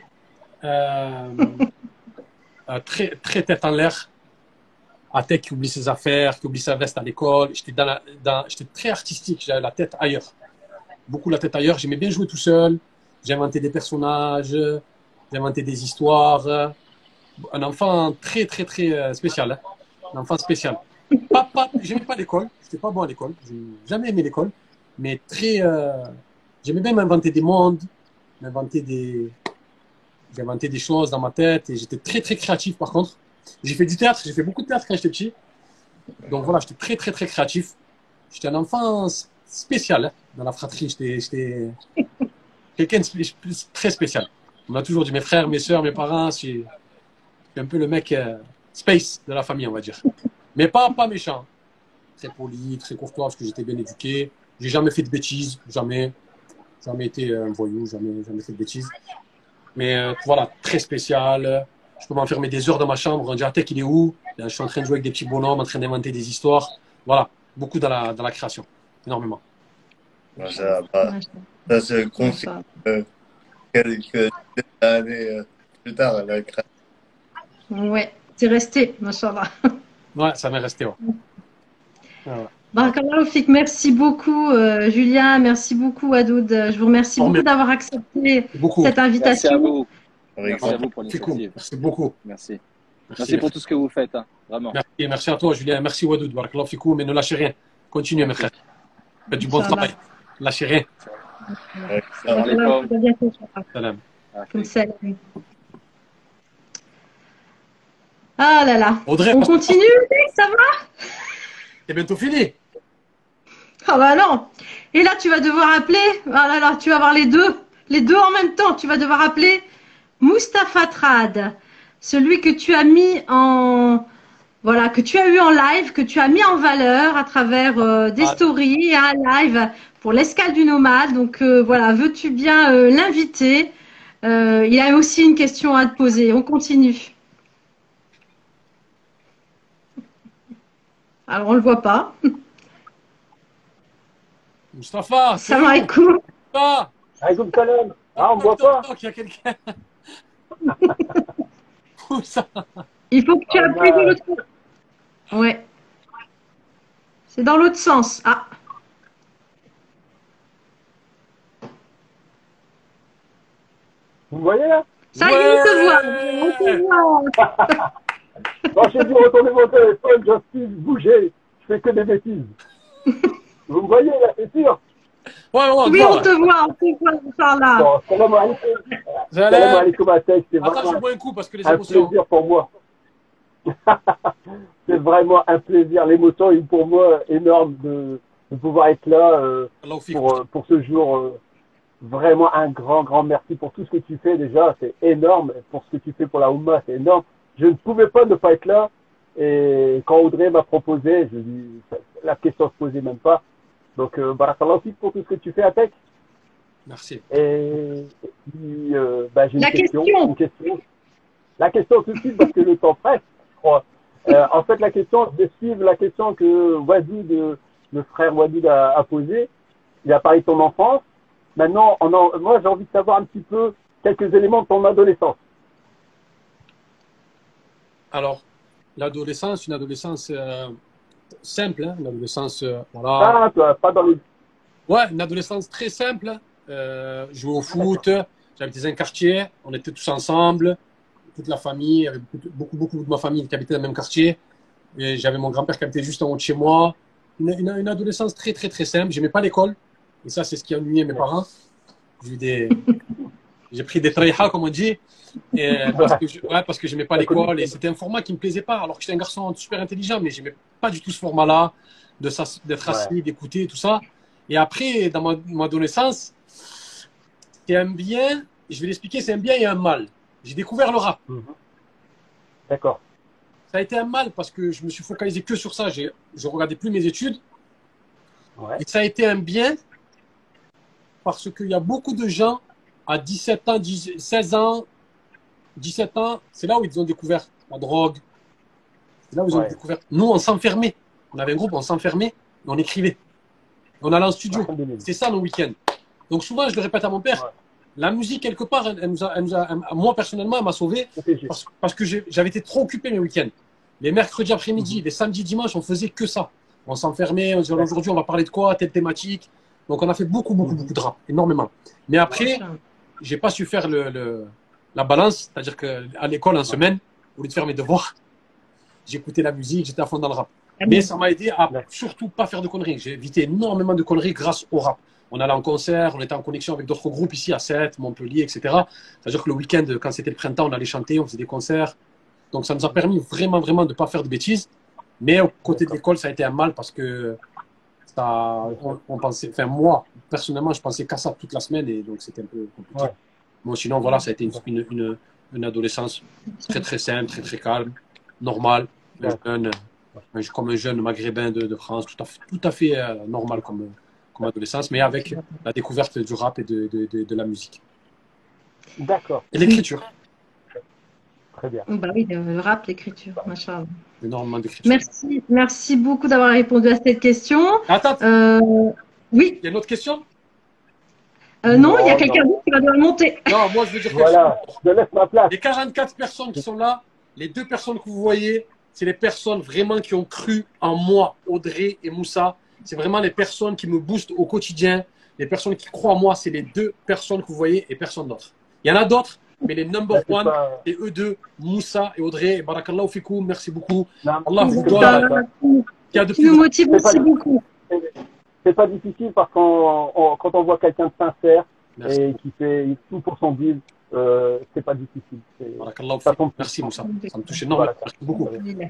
très, très tête en l'air. Atek qui oublie ses affaires, qui oublie sa veste à l'école. J'étais très artistique, j'avais la tête ailleurs. Beaucoup la tête ailleurs. J'aimais bien jouer tout seul. J'inventais des personnages, j'inventais des histoires. Un enfant très, très, très spécial. Hein. Un enfant spécial. J'aimais pas l'école. J'étais pas bon à l'école. J'ai jamais aimé l'école. Mais très, j'aimais bien m'inventer des mondes, j'inventais des choses dans ma tête et j'étais très, très créatif par contre. J'ai fait du théâtre, j'ai fait beaucoup de théâtre quand j'étais petit. Donc voilà, j'étais très, très, très créatif. J'étais un enfant spécial hein, dans la fratrie. J'étais quelqu'un de très spécial. On m'a toujours dit, mes frères, mes sœurs, mes parents, je suis un peu le mec space de la famille, on va dire. Mais pas méchant. Très poli, très courtois parce que j'étais bien éduqué. J'ai jamais fait de bêtises, jamais été un voyou, jamais fait de bêtises. Mais voilà, très spécial. Je peux m'enfermer des heures dans ma chambre. On dit, Atek, il est où? Je suis en train de jouer avec des petits bonhommes, en train d'inventer des histoires. Voilà, beaucoup dans la création. Énormément. Ça se confirme quelques années plus tard à la création. Ouais, c'est resté, machallah. Ouais, ça m'est resté, ouais. Voilà. Barakallahu fik, merci beaucoup Julien, merci beaucoup Wadoud. Je vous remercie beaucoup d'avoir accepté cette invitation. Merci à vous. Merci à vous pour l'initiative. Merci beaucoup. Merci pour tout ce que vous faites, hein, vraiment. Merci à toi Julien, merci Wadoud. Barakallahu fikou, mais ne lâchez rien. Continuez mes frères. Faites du bon travail. Lâchez rien. Salam. Ah là là. Audrey, on continue, ça va? C'est bientôt fini. Ah bah non. Et là, tu vas devoir appeler. Ah là là, tu vas avoir les deux en même temps. Tu vas devoir appeler Mustapha Trad, celui que tu as mis voilà, que tu as eu en live, que tu as mis en valeur à travers des stories et un live pour l'escale du nomade. Donc voilà, veux-tu bien l'inviter? Il a aussi une question à te poser. On continue. Alors, on le voit pas. Mustapha, salam alaikum. Alaikum salam. Ah, on ne voit pas. Il y a quelqu'un. Il faut que tu appuies de l'autre côté. Ouais. C'est dans l'autre sens. Ah. Vous voyez là? Ça y est, on te voit. Quand j'ai dit retourner mon téléphone, j'insiste, bouger. Je fais que des bêtises. Vous me voyez là, c'est sûr? Oui, on te voit, Inch'Allah. Bon, salam alaikum. Salam alaikum Atek. C'est attends, je bois un coup parce que les un émotions. plaisir pour moi. C'est vraiment un plaisir. L'émotion est pour moi énorme de pouvoir être là pour ce jour. Vraiment un grand merci pour tout ce que tu fais déjà. C'est énorme. Pour ce que tu fais pour la Oumma, c'est énorme. Je ne pouvais pas ne pas être là. Et quand Audrey m'a proposé, je dis, la question ne se posait même pas. Donc, barakallah aussi pour tout ce que tu fais, Atek. Merci. Et puis, j'ai une question. La question tout de suite, parce que le temps presse, je crois. En fait, la question, je vais suivre la question que Wadoud, le frère Wadoud a posée. Il a parlé de ton enfance. Maintenant, moi, j'ai envie de savoir un petit peu quelques éléments de ton adolescence. Alors, l'adolescence, une adolescence simple, hein, une adolescence, voilà. Ah, pas dans les... Ouais, une adolescence très simple, jouer au foot. J'habitais dans un quartier, on était tous ensemble, toute la famille, il y avait beaucoup de ma famille qui habitait dans le même quartier. Et j'avais mon grand-père qui habitait juste en haut de chez moi. Une adolescence très, très, très simple. J'aimais pas l'école. Et ça, c'est ce qui ennuyait mes parents. J'ai pris des traïha, comme on dit. Parce que j'aimais pas l'école. Et c'était un format qui me plaisait pas. Alors que j'étais un garçon super intelligent, mais j'aimais pas du tout ce format-là, d'être assis, d'écouter, tout ça. Et après, dans mon adolescence, c'est un bien, je vais l'expliquer, c'est un bien et un mal. J'ai découvert le rap. D'accord. Ça a été un mal parce que je me suis focalisé que sur ça. Je regardais plus mes études. Ouais. Et ça a été un bien parce qu'il y a beaucoup de gens à 17 ans, 16 ans, 17 ans, c'est là où ils ont découvert la drogue. C'est là où ils ont découvert. Nous, on s'enfermait. On avait un groupe, on s'enfermait et on écrivait. On allait en studio. C'est ça nos week-ends. Donc souvent, je le répète à mon père, la musique, quelque part, moi personnellement, elle m'a sauvé parce que j'avais été trop occupé mes week-ends. Les mercredis après-midi, les samedis, dimanches, on faisait que ça. On s'enfermait, on disait aujourd'hui, on va parler de quoi, telle thématique. Donc on a fait beaucoup de rap, énormément. Mais après, j'ai pas su faire la balance, c'est-à-dire qu'à l'école, en semaine, au lieu de faire mes devoirs, j'écoutais la musique, j'étais à fond dans le rap. Mais ça m'a aidé à surtout pas faire de conneries. J'ai évité énormément de conneries grâce au rap. On allait en concert, on était en connexion avec d'autres groupes ici à Sète, Montpellier, etc. C'est-à-dire que le week-end, quand c'était le printemps, on allait chanter, on faisait des concerts. Donc ça nous a permis vraiment de ne pas faire de bêtises. Mais au côté de l'école, ça a été un mal parce que on pensait, enfin moi, personnellement, je pensais qu'à ça toute la semaine et donc c'était un peu compliqué. Bon, sinon, voilà, ça a été une adolescence très très simple, très très calme, normale, comme un jeune maghrébin de France, tout à fait normal comme adolescence, mais avec la découverte du rap et de la musique. D'accord. Et l'écriture. Très bien. Bah oui, le rap, l'écriture, machin. Énormément d'écriture. Merci beaucoup d'avoir répondu à cette question. Attends. Oui. Il y a une autre question? Non, il y a quelqu'un d'autre qui va devoir monter. Non, moi je veux dire voilà, je laisse ma place. Les 44 personnes qui sont là, les 2 personnes que vous voyez, c'est les personnes vraiment qui ont cru en moi, Audrey et Moussa. C'est vraiment les personnes qui me boostent au quotidien. Les personnes qui croient en moi, c'est les 2 personnes que vous voyez et personne d'autre. Il y en a d'autres, mais les number one, c'est eux 2, Moussa et Audrey. Barakallahu fikoum, merci beaucoup. Allah vous donne. Tu nous motives aussi beaucoup. C'est pas difficile parce que quand on voit quelqu'un de sincère et qui fait tout pour son deal, c'est pas difficile. Merci Moussa, ça me touche énormément. Merci beaucoup.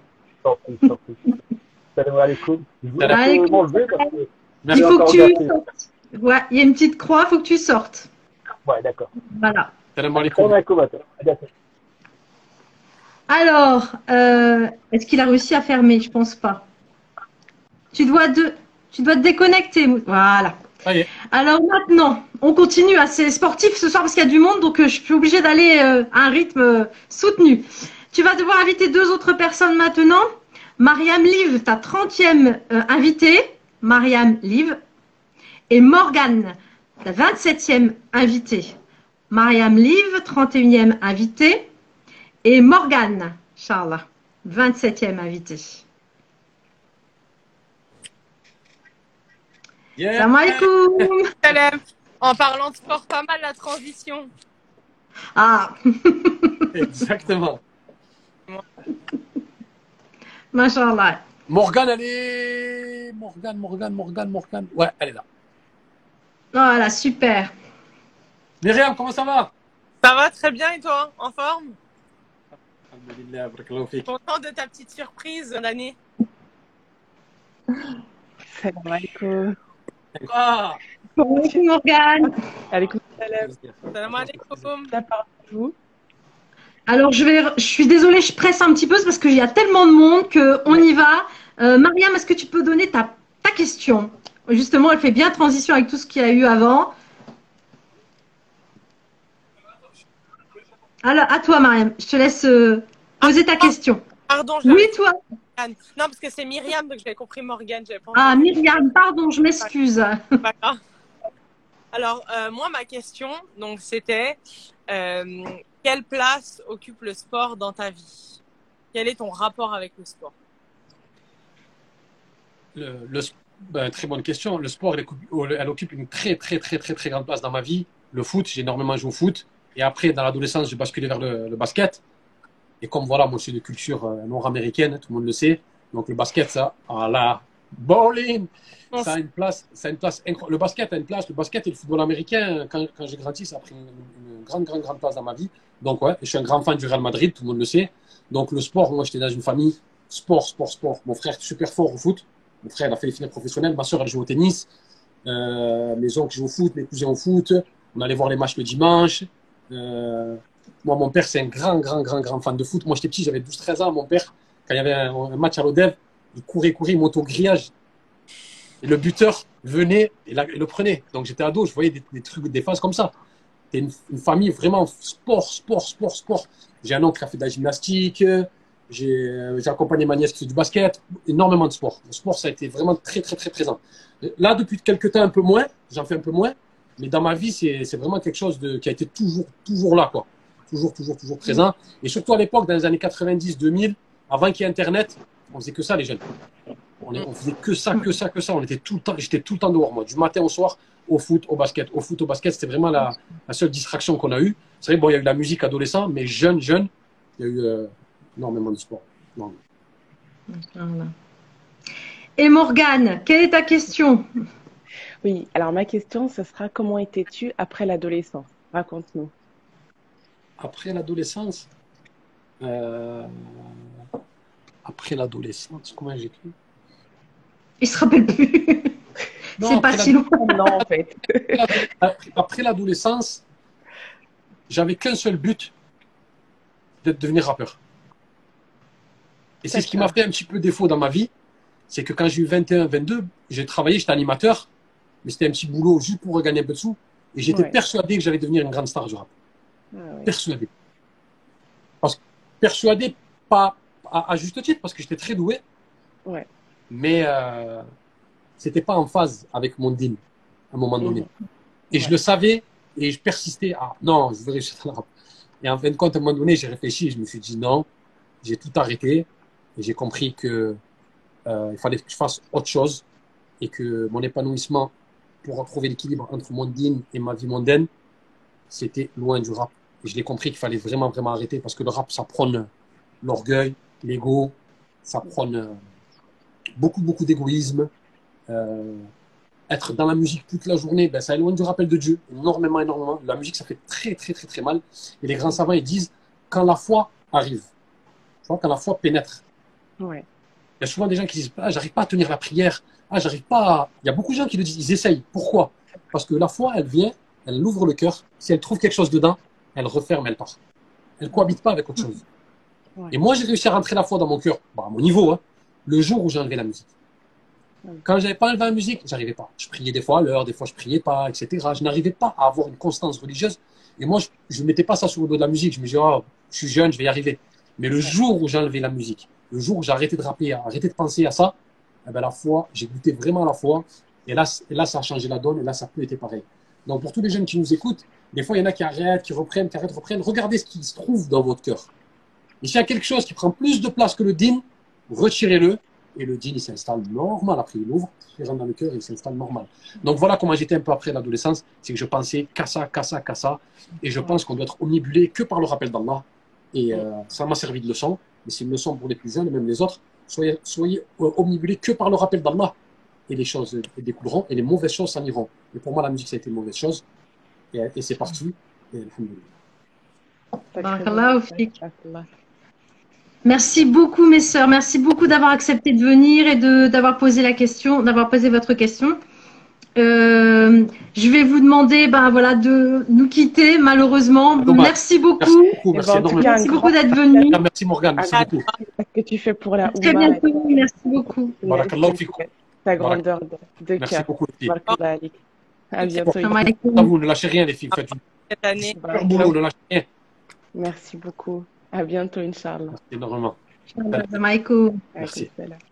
Salam alaikum. Il faut que tu sortes. Ouais, il y a une petite croix, il faut que tu sortes. Ouais, d'accord. Voilà. Salam alaikum. Alors, est-ce qu'il a réussi à fermer? Je pense pas. Tu dois te déconnecter. Voilà. Alors maintenant, on continue. C'est sportif ce soir parce qu'il y a du monde, donc je suis obligée d'aller à un rythme soutenu. Tu vas devoir inviter 2 autres personnes maintenant. Mariam Liv, ta 30e invitée. Mariam Liv. Et Morgane, ta 27e invitée. Mariam Liv, 31e invitée. Et Morgane, Inch'Allah, 27e invitée. Salam alaikum. Salam. En parlant de sport, pas mal la transition. Ah. Exactement. Masha'Allah. Morgane, elle est... Morgane. Ouais, elle est là. Voilà, super. Myriam, comment ça va? Ça va très bien et toi? En forme? Content de ta petite surprise d'année. Salam alaikum. Ah. Bonjour Morgane. Alaikum salam. Salam alaikum. Alors je suis désolée, je presse un petit peu parce qu'il y a tellement de monde qu'on y va. Mariam, est-ce que tu peux donner ta question? Justement, elle fait bien transition avec tout ce qu'il y a eu avant. Alors, à toi, Mariam, je te laisse poser ta question. Pardon, oui, toi. Non, parce que c'est Myriam, donc j'avais compris Morgane. Ah, Myriam, pardon, je m'excuse. Alors, moi, ma question, donc, c'était quelle place occupe le sport dans ta vie? Quel est ton rapport avec le sport? Ben, très bonne question. Le sport, elle occupe une très, très, très, très, très grande place dans ma vie. Le foot, j'ai énormément joué au foot. Et après, dans l'adolescence, j'ai basculé vers le basket. Et comme voilà, moi, je suis de culture nord-américaine, tout le monde le sait. Donc, le basket, ça, voilà, bowling, ça a une place incroyable. Le basket a une place. Le basket et le football américain, quand j'ai grandi, ça a pris une grande, grande, grande place dans ma vie. Donc, ouais, je suis un grand fan du Real Madrid, tout le monde le sait. Donc, le sport, moi, j'étais dans une famille sport, sport, sport. Mon frère est super fort au foot. Mon frère a fait les finales professionnelles. Ma soeur, elle joue au tennis. Mes oncles jouent au foot, mes cousins au foot. On allait voir les matchs le dimanche. Moi, mon père, c'est un grand, grand, grand, grand fan de foot. Moi, j'étais petit, j'avais 12-13 ans. Mon père, quand il y avait un match à l'Odev, il courait, il montait au grillage. Et le buteur venait et le prenait. Donc, j'étais ado, je voyais des trucs, des phases comme ça. C'était une famille vraiment sport, sport, sport, sport. J'ai un oncle qui a fait de la gymnastique. J'ai accompagné ma nièce qui fait du basket. Énormément de sport. Le sport, ça a été vraiment très, très, très présent. Là, depuis quelques temps, un peu moins. J'en fais un peu moins. Mais dans ma vie, c'est vraiment quelque chose qui a été toujours là, quoi. Toujours présent. Et surtout à l'époque, dans les années 90-2000, avant qu'il y ait Internet, on faisait que ça, les jeunes. On faisait que ça. On était j'étais tout le temps dehors, moi. Du matin au soir, au foot, au basket. Au foot, au basket, c'était vraiment la seule distraction qu'on a eue. C'est vrai, bon, il y a eu la musique adolescent, mais jeune, il y a eu énormément de sport. Voilà. Et Morgane, quelle est ta question? Oui, alors ma question, ce sera comment étais-tu après l'adolescence? Raconte-nous. Après l'adolescence, comment j'ai écrit? Il se rappelle plus. C'est pas si loin. Non, en fait. Après l'adolescence, j'avais qu'un seul but, de devenir rappeur. Et c'est ce qui m'a fait un petit peu défaut dans ma vie, c'est que quand j'ai eu 21, 22, j'ai travaillé, j'étais animateur, mais c'était un petit boulot juste pour gagner un peu de sous, et j'étais persuadé que j'allais devenir une grande star du rap. Persuadé. Persuadé, pas à juste titre, parce que j'étais très doué, mais c'était pas en phase avec mon dîme à un moment donné. Et je le savais, et je persistais à non, je veux réussir dans le rap. Et en fin de compte, à un moment donné, j'ai réfléchi, et je me suis dit non, j'ai tout arrêté, et j'ai compris que il fallait que je fasse autre chose, et que mon épanouissement pour retrouver l'équilibre entre mon dîme et ma vie mondaine, c'était loin du rap. Et je l'ai compris qu'il fallait vraiment, vraiment arrêter, parce que le rap, ça prône l'orgueil, l'ego, ça prône beaucoup, beaucoup d'égoïsme. Être dans la musique toute la journée, ben, ça éloigne du rappel de Dieu, énormément, énormément. La musique, ça fait très, très, très, très mal. Et les grands savants, ils disent, quand la foi arrive, tu vois, quand la foi pénètre. Il y a souvent des gens qui disent, ah, j'arrive pas à tenir la prière, ah, j'arrive pas à... Il y a beaucoup de gens qui le disent, ils essayent. Pourquoi? Parce que la foi, elle vient, elle ouvre le cœur. Si elle trouve quelque chose dedans, elle referme, elle part. Elle cohabite pas avec autre chose. Et moi, j'ai réussi à rentrer la foi dans mon cœur, bon, à mon niveau, hein, le jour où j'ai enlevé la musique. Quand j'avais pas enlevé la musique, j'arrivais pas. Je priais des fois à l'heure, des fois je priais pas, etc. Je n'arrivais pas à avoir une constance religieuse. Et moi, je ne mettais pas ça sur le dos de la musique. Je me disais, oh, je suis jeune, je vais y arriver. Mais le jour où j'ai enlevé la musique, le jour où j'ai arrêté de rapper, arrêté de penser à ça, eh ben, la foi, j'ai goûté vraiment à la foi. Et là, ça a changé la donne. Et là, ça n'a plus été pareil. Donc, pour tous les jeunes qui nous écoutent, des fois, il y en a qui arrêtent, qui reprennent, qui arrêtent, reprennent. Regardez ce qui se trouve dans votre cœur. Et s'il y a quelque chose qui prend plus de place que le din, retirez-le. Et le din, il s'installe normal. Après, il ouvre, il rentre dans le cœur et il s'installe normal. Donc, voilà comment j'étais un peu après l'adolescence. C'est que je pensais qu'à ça. Et je pense qu'on doit être omnibulé que par le rappel d'Allah. Et ça m'a servi de leçon. Mais c'est une leçon pour les plus jeunes et même les autres. Soyez omnibulés que par le rappel d'Allah. Et les choses découleront. Et les mauvaises choses s'en iront. Et pour moi, la musique, ça a été une mauvaise chose. Et c'est parti. Et alhamdoulilah. Merci beaucoup, mes sœurs. Merci beaucoup d'avoir accepté de venir et d'avoir posé la question, d'avoir posé votre question. Je vais vous demander, de nous quitter, malheureusement. Merci beaucoup. Merci beaucoup d'être venu. Merci Morgane. Merci beaucoup. Ce que tu fais pour la Très bientôt. Merci beaucoup. Ta grandeur de merci cœur. Beaucoup, les filles. À bientôt. Vous ne lâchez rien, les filles. Faites Cette année. super boulot, ne lâchez rien. Merci beaucoup. À bientôt, Inch'Allah. Merci énormément. Merci.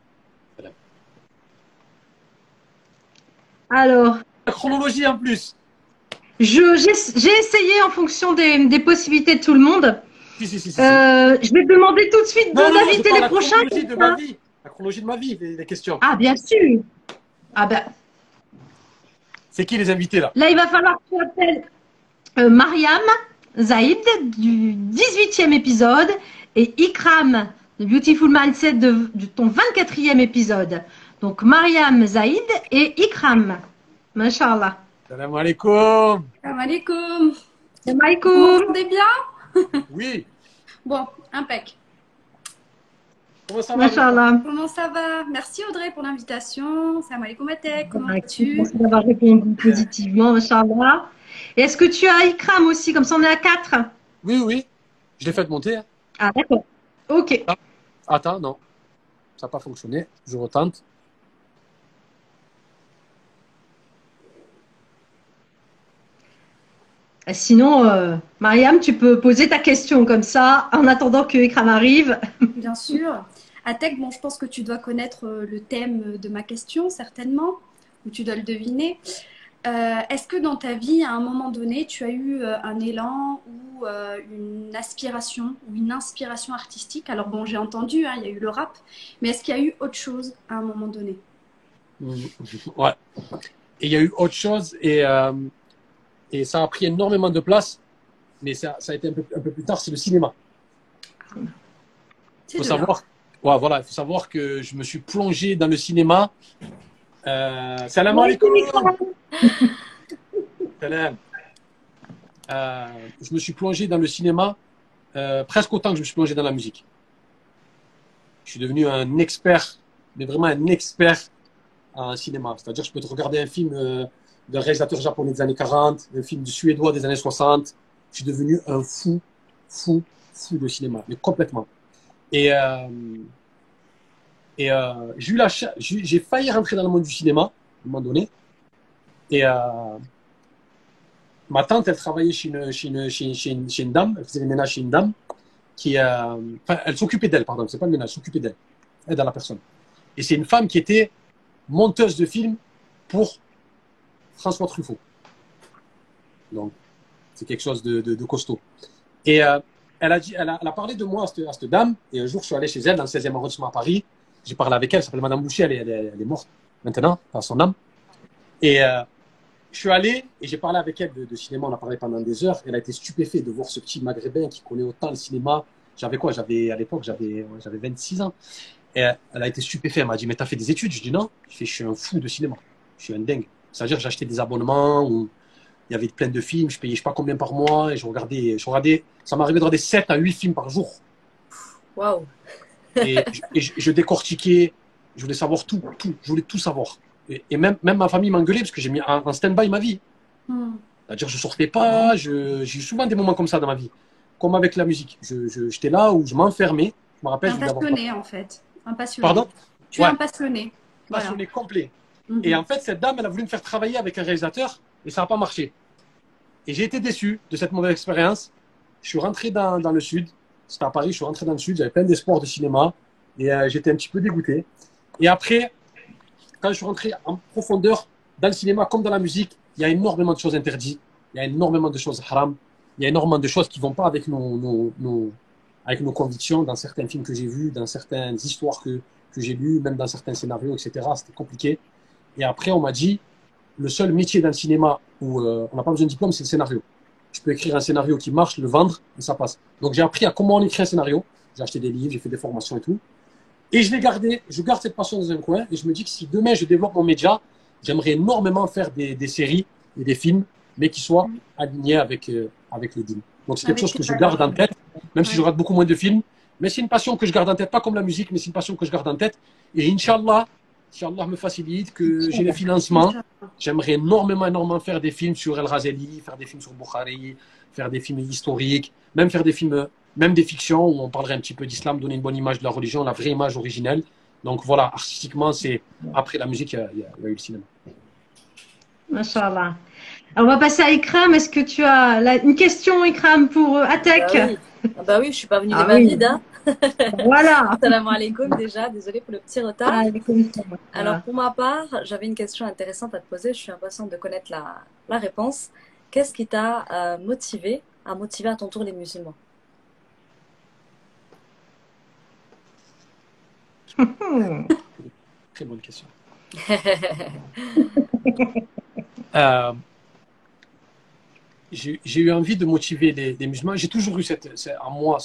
Alors. La chronologie en plus. J'ai essayé en fonction des possibilités de tout le monde. Si. Je vais demander tout de suite d'inviter les prochains. La chronologie de ma vie, les questions. Ah, bien sûr. Ah ben, C'est qui les invités là? là, il va falloir que tu appelles Mariam Zaïd du 18e épisode et Ikram de Beautiful Mindset de ton 24e épisode. Donc, Mariam Zaïd et Ikram. Masha'Allah. Salam alaikum. Salam alaikum. Salam Vous alaikum. m'entendez bien? Oui. Bon, impec. Comment ça va? Masha'Allah. Comment ça va? Merci Audrey pour l'invitation. Salam alaikum Atek, comment vas-tu? Merci d'avoir répondu positivement, Masha'Allah. Et est-ce que tu as Ikram aussi, comme ça on est à 4? Oui, oui. Je l'ai fait monter. Hein. Ah, d'accord. Ok. Ah, attends, non. Ça n'a pas fonctionné. Je retente. Sinon, Mariam, tu peux poser ta question comme ça, en attendant que Ikram arrive. Bien sûr. Atek, bon, je pense que tu dois connaître le thème de ma question, certainement, ou tu dois le deviner. Est-ce que dans ta vie, à un moment donné, tu as eu un élan ou une aspiration ou une inspiration artistique? Alors bon, j'ai entendu, hein, il y a eu le rap, mais est-ce qu'il y a eu autre chose à un moment donné? Ouais. Et il y a eu autre chose et ça a pris énormément de place, mais ça a été un peu plus tard, c'est le cinéma. Il faut savoir, ouais, voilà, il faut savoir que je me suis plongé dans le cinéma. Salam alaikum. Salam. Je me suis plongé dans le cinéma presque autant que je me suis plongé dans la musique. Je suis devenu un expert, mais vraiment un expert en cinéma. C'est-à-dire, je peux te regarder un film d'un réalisateur japonais des années 40, un film du suédois des années 60. Je suis devenu un fou de cinéma, mais complètement. Et j'ai failli rentrer dans le monde du cinéma à un moment donné. Et ma tante, elle travaillait chez une dame, elle faisait le ménage chez une dame elle s'occupait d'elle, pardon, c'est pas le ménage, elle s'occupait d'elle, aide à la personne. Et c'est une femme qui était monteuse de films pour François Truffaut. Donc, c'est quelque chose de costaud. Et elle a parlé de moi à cette dame, et un jour, je suis allé chez elle dans le 16e arrondissement à Paris. J'ai parlé avec elle, elle s'appelle Madame Boucher, elle est morte maintenant, par son âme. Et je suis allé et j'ai parlé avec elle de cinéma, on a parlé pendant des heures. Elle a été stupéfaite de voir ce petit maghrébin qui connaît autant le cinéma. À l'époque, j'avais 26 ans. Et elle a été stupéfaite, elle m'a dit, mais t'as fait des études? Je dis non, je suis un fou de cinéma, je suis un dingue. C'est-à-dire que j'achetais des abonnements où il y avait plein de films, je payais je sais pas combien par mois et je regardais, ça m'arrivait de regarder 7 à 8 films par jour. Waouh. Et je décortiquais, je voulais savoir tout, je voulais tout savoir. Et même ma famille m'engueulait parce que j'ai mis en stand-by ma vie. C'est-à-dire je sortais pas, j'ai eu souvent des moments comme ça dans ma vie. Comme avec la musique. J'étais là où je m'enfermais. Je me rappelle. Un passionné, en fait. Un passionné. Pardon? Tu es un passionné. Passionné complet. Et en fait, cette dame, elle a voulu me faire travailler avec un réalisateur et ça n'a pas marché. Et j'ai été déçu de cette mauvaise expérience. Je suis rentré dans le sud. C'était à Paris, je suis rentré dans le sud. J'avais plein d'espoir de cinéma et j'étais un petit peu dégoûté. Et après, quand je suis rentré en profondeur dans le cinéma comme dans la musique, il y a énormément de choses interdites. Il y a énormément de choses haram. Il y a énormément de choses qui ne vont pas avec avec nos convictions dans certains films que j'ai vus, dans certaines histoires que j'ai lues, même dans certains scénarios, etc. C'était compliqué. Et après, on m'a dit, le seul métier dans le cinéma où on n'a pas besoin de diplôme, c'est le scénario. Je peux écrire un scénario qui marche, le vendre, et ça passe. Donc j'ai appris à comment on écrit un scénario. J'ai acheté des livres, j'ai fait des formations et tout. Et je l'ai gardé, je garde cette passion dans un coin, et je me dis que si demain je développe mon média, j'aimerais énormément faire des séries et des films, mais qui soient alignés avec le dîme. Donc c'est quelque chose que je garde en tête, même si je regarde beaucoup moins de films. Mais c'est une passion que je garde en tête, pas comme la musique, mais c'est une passion que je garde en tête. Et Inch'Allah, si Allah me facilite, que j'ai les financements, j'aimerais énormément faire des films sur El Ghazali, faire des films sur Bukhari, faire des films historiques, même faire des films, même des fictions où on parlerait un petit peu d'islam, donner une bonne image de la religion, la vraie image originelle. Donc voilà, artistiquement, c'est après la musique, il y a eu le cinéma. Masha'Allah. Alors, on va passer à Ikram. Est-ce que tu as une question, Ikram, pour Atek? Bah oui, je suis pas venue les mains vides. Hein. Voilà. Salam alaikum déjà, désolée pour le petit retard. Alors pour ma part, j'avais une question intéressante à te poser. Je suis impatiente de connaître la réponse. Qu'est-ce qui t'a motivé à ton tour les musulmans? Très bonne question. J'ai eu envie de motiver les musulmans. J'ai toujours eu en moi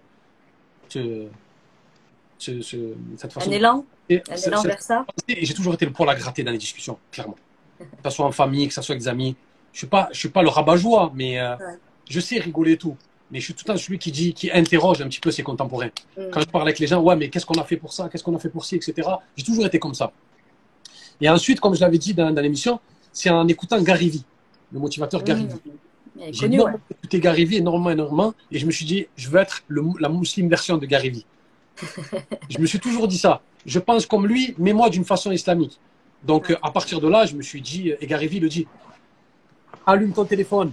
cette façon. Un élan vers ça. Et j'ai toujours été le poil à gratter dans les discussions, clairement. Que ce soit en famille, que ce soit avec des amis. Je suis pas le rabat-joie, mais je sais rigoler et tout. Mais je suis tout le temps celui qui interroge un petit peu ses contemporains. Quand je parle avec les gens, ouais, mais qu'est-ce qu'on a fait pour ça, qu'est-ce qu'on a fait pour ci, etc. J'ai toujours été comme ça. Et ensuite, comme je l'avais dit dans l'émission, c'est en écoutant Gary Vee, le motivateur Gary Vee. J'ai écouté Gary Vee énormément, et je me suis dit, je veux être la musulmane version de Gary Vee. Je me suis toujours dit ça. Je pense comme lui, mais moi d'une façon islamique. Donc, à partir de là, je me suis dit, et Gary Vee le dit, allume ton téléphone,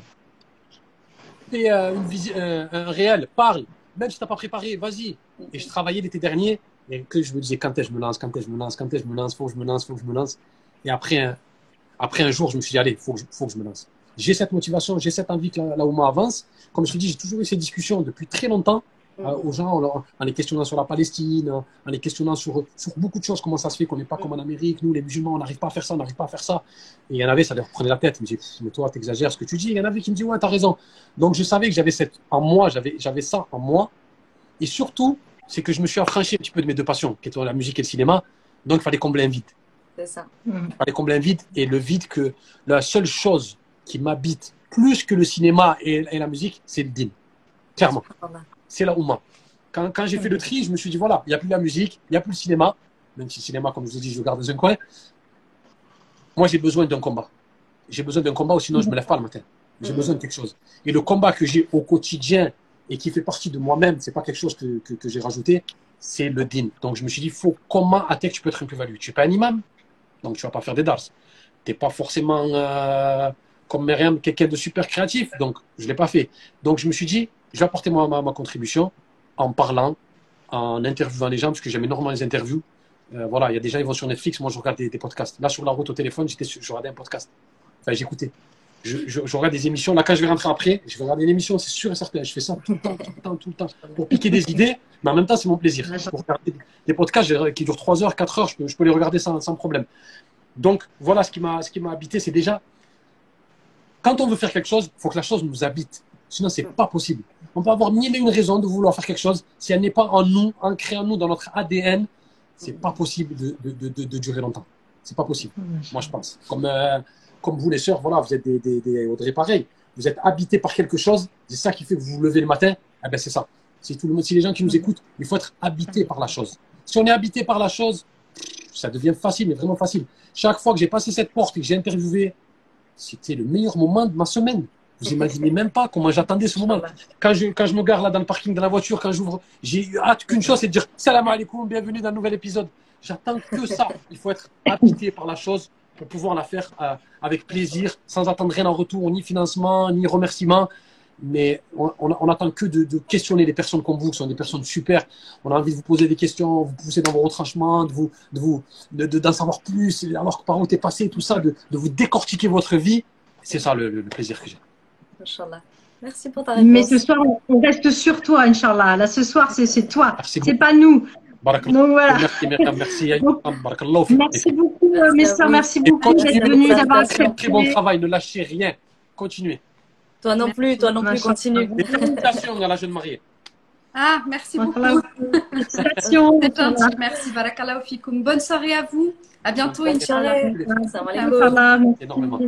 fais un réel, parle, même si tu n'as pas préparé, vas-y. Et je travaillais l'été dernier, et que je me disais, quand est-ce que je me lance, faut que je me lance. Et après un jour, je me suis dit, allez, faut que je me lance. J'ai cette motivation, j'ai cette envie que la Oumma avance. Comme je te dis, j'ai toujours eu ces discussions depuis très longtemps aux gens, en les questionnant sur la Palestine, en les questionnant sur beaucoup de choses, comment ça se fait qu'on n'est pas comme en Amérique, nous les musulmans, on n'arrive pas à faire ça, on n'arrive pas à faire ça. Et il y en avait, ça leur prenait la tête. Ils me disaient, mais toi, t'exagères ce que tu dis. Il y en avait qui me disaient, ouais, t'as raison. Donc je savais que j'avais ça en moi. Et surtout, c'est que je me suis affranchi un petit peu de mes deux passions, qui étaient la musique et le cinéma. Donc il fallait combler un vide. C'est ça. Il fallait combler un vide. Et le vide, que la seule chose qui m'habite plus que le cinéma et la musique, c'est le dîn. Clairement. C'est la Oumma. Quand j'ai fait le tri, je me suis dit, voilà, il n'y a plus la musique, il n'y a plus le cinéma, même si le cinéma, comme je vous ai dit, je le garde dans un coin. Moi, j'ai besoin d'un combat. J'ai besoin d'un combat, ou sinon je ne me lève pas le matin. J'ai besoin de quelque chose. Et le combat que j'ai au quotidien et qui fait partie de moi-même, ce n'est pas quelque chose que j'ai rajouté, c'est le dîn. Donc je me suis dit, comment à tête tu peux être un plus-value? Tu n'es pas un imam, donc tu ne vas pas faire des dars. Tu n'es pas forcément comme Myriam, quelqu'un de super créatif, donc je ne l'ai pas fait. Donc je me suis dit, je vais apporter ma contribution en parlant, en interviewant les gens, parce que j'aime énormément les interviews. Voilà, il y a des gens qui vont sur Netflix, moi je regarde des podcasts. Là, sur la route au téléphone, je regardais un podcast. Enfin, j'écoutais. Je regarde des émissions. Là, quand je vais rentrer après, je vais regarder une émission, c'est sûr et certain. Je fais ça tout le temps, pour piquer des idées, mais en même temps, c'est mon plaisir. Pour regarder des podcasts qui durent 3 heures, 4 heures, je peux les regarder sans problème. Donc, voilà ce qui m'a habité, c'est déjà, quand on veut faire quelque chose, il faut que la chose nous habite. Sinon, c'est pas possible. On peut avoir mille et une raisons de vouloir faire quelque chose. Si elle n'est pas en nous, ancrée en nous, dans notre ADN, c'est pas possible de durer longtemps. C'est pas possible. Moi, je pense. Comme vous, les sœurs, voilà, vous êtes des Audrey pareil. Vous êtes habités par quelque chose. C'est ça qui fait que vous vous levez le matin. Eh ben, c'est ça. Si les gens qui nous écoutent, il faut être habité par la chose. Si on est habité par la chose, ça devient facile, mais vraiment facile. Chaque fois que j'ai passé cette porte et que j'ai interviewé, c'était le meilleur moment de ma semaine. Vous imaginez même pas comment j'attendais ce moment. Quand je me gare là dans le parking de la voiture, quand j'ouvre, j'ai eu hâte qu'une chose, c'est de dire salam alaikum, bienvenue dans un nouvel épisode. J'attends que ça. Il faut être habité par la chose pour pouvoir la faire avec plaisir, sans attendre rien en retour, ni financement, ni remerciement. Mais on attend que de questionner les personnes comme vous, qui sont des personnes super. On a envie de vous poser des questions, vous pousser dans vos retranchements, d'en savoir plus, alors que par où t'es passé, tout ça, de vous décortiquer votre vie. C'est ça le plaisir que j'ai. Inch'Allah. Merci pour ta réponse. Mais ce soir, on reste sur toi, Inch'Allah. Là, ce soir, c'est toi. C'est pas nous. Donc voilà. Merci. Merci beaucoup, mes soeurs. Merci beaucoup d'être venus, d'avoir accepté. Très bon travail. Ne lâchez rien. Continuez. Toi non plus, continue. Et félicitations à la jeune mariée. Ah, merci beaucoup. Félicitations. C'est gentil. Merci. Barakallahu fikoum. Bonne soirée à vous. À bientôt, Inch'Allah. Énormément.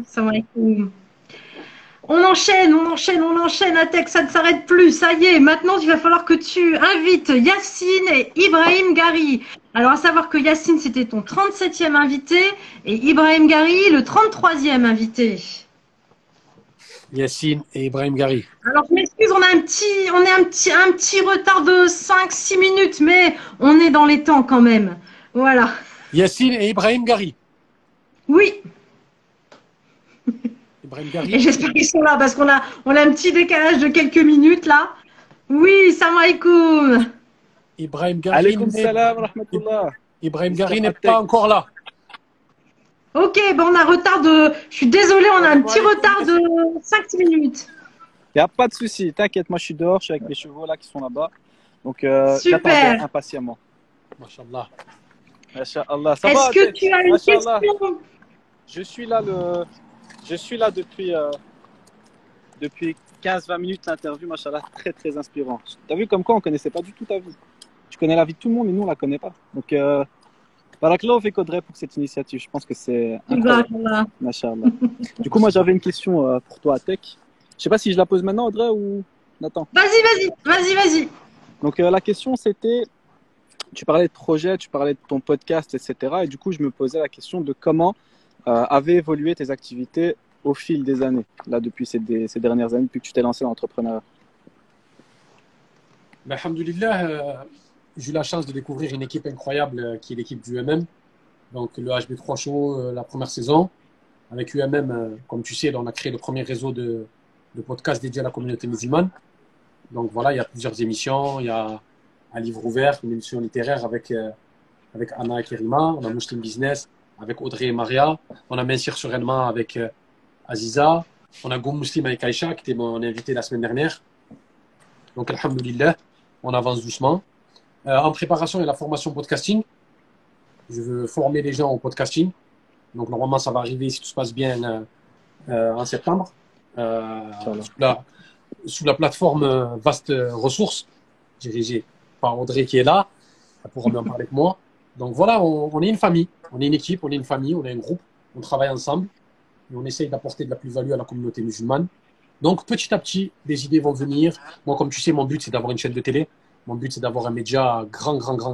On enchaîne, Atek, ça ne s'arrête plus. Ça y est, maintenant, il va falloir que tu invites Yacine et Ibrahim Gari. Alors, à savoir que Yacine, c'était ton 37e invité et Ibrahim Gari, le 33e invité. Yacine et Ibrahim Gari. Alors, je m'excuse, on a un petit retard de 5-6 minutes, mais on est dans les temps quand même. Voilà. Yacine et Ibrahim Gari. Oui. Ibrahim Gari. Et j'espère qu'ils sont là parce qu'on a un petit décalage de quelques minutes là. Oui, salam alaikum. Ibrahim Gari. Alaykoum salam, rahmatullah. Ibrahim Gari n'est pas encore là. Ok, bon, on a retard de. Je suis désolée, on a un petit retard de 5-6 minutes. Il n'y a pas de souci, t'inquiète, moi je suis dehors, je suis avec les chevaux là qui sont là-bas. Donc, super. j'attends impatiemment. Machallah. Masha'Allah. Ça Est-ce va, que Atek? tu as une Masha'Allah. question? Je suis là depuis 15-20 minutes l'interview, Masha'Allah, très très inspirant. T'as vu comme quoi on connaissait pas du tout ta vie. Tu connais la vie de tout le monde, mais nous on la connaît pas. Donc, Barakallahu fik Audrey pour cette initiative. Je pense que c'est incroyable. Barakallah. Masha'Allah. Du coup, moi j'avais une question pour toi, Atek. Je sais pas si je la pose maintenant, Audrey, ou Nathan. Vas-y. Donc la question c'était, tu parlais de projet, tu parlais de ton podcast, etc. Et du coup, je me posais la question de comment avaient évolué tes activités au fil des années, là depuis ces dernières années, depuis que tu t'es lancé dans l'entrepreneuriat. Ben, alhamdoulilah, j'ai eu la chance de découvrir une équipe incroyable qui est l'équipe du UMM. Donc le HB3 Show, la première saison. Avec UMM, comme tu sais, on a créé le premier réseau de podcasts dédié à la communauté musulmane. Donc voilà, il y a plusieurs émissions. Il y a un livre ouvert, une émission littéraire avec Anna et Kerima. On a Muslim Business avec Audrey et Maria. On a Mensir Sereinement avec Aziza. On a Go Muslim avec Aïcha, qui était mon invité la semaine dernière. Donc, alhamdoulilah, on avance doucement. En préparation, il y a la formation podcasting. Je veux former les gens au podcasting. Donc, normalement, ça va arriver, si tout se passe bien, en septembre. Sous la plateforme Vaste Ressources, dirigée par Audrey qui est là. Elle pourra bien parler avec moi. Donc, voilà, on est une famille. On est une équipe, on est une famille, on est un groupe. On travaille ensemble. Et on essaye d'apporter de la plus-value à la communauté musulmane. Donc, petit à petit, des idées vont venir. Moi, comme tu sais, mon but, c'est d'avoir une chaîne de télé. Mon but, c'est d'avoir un média grand.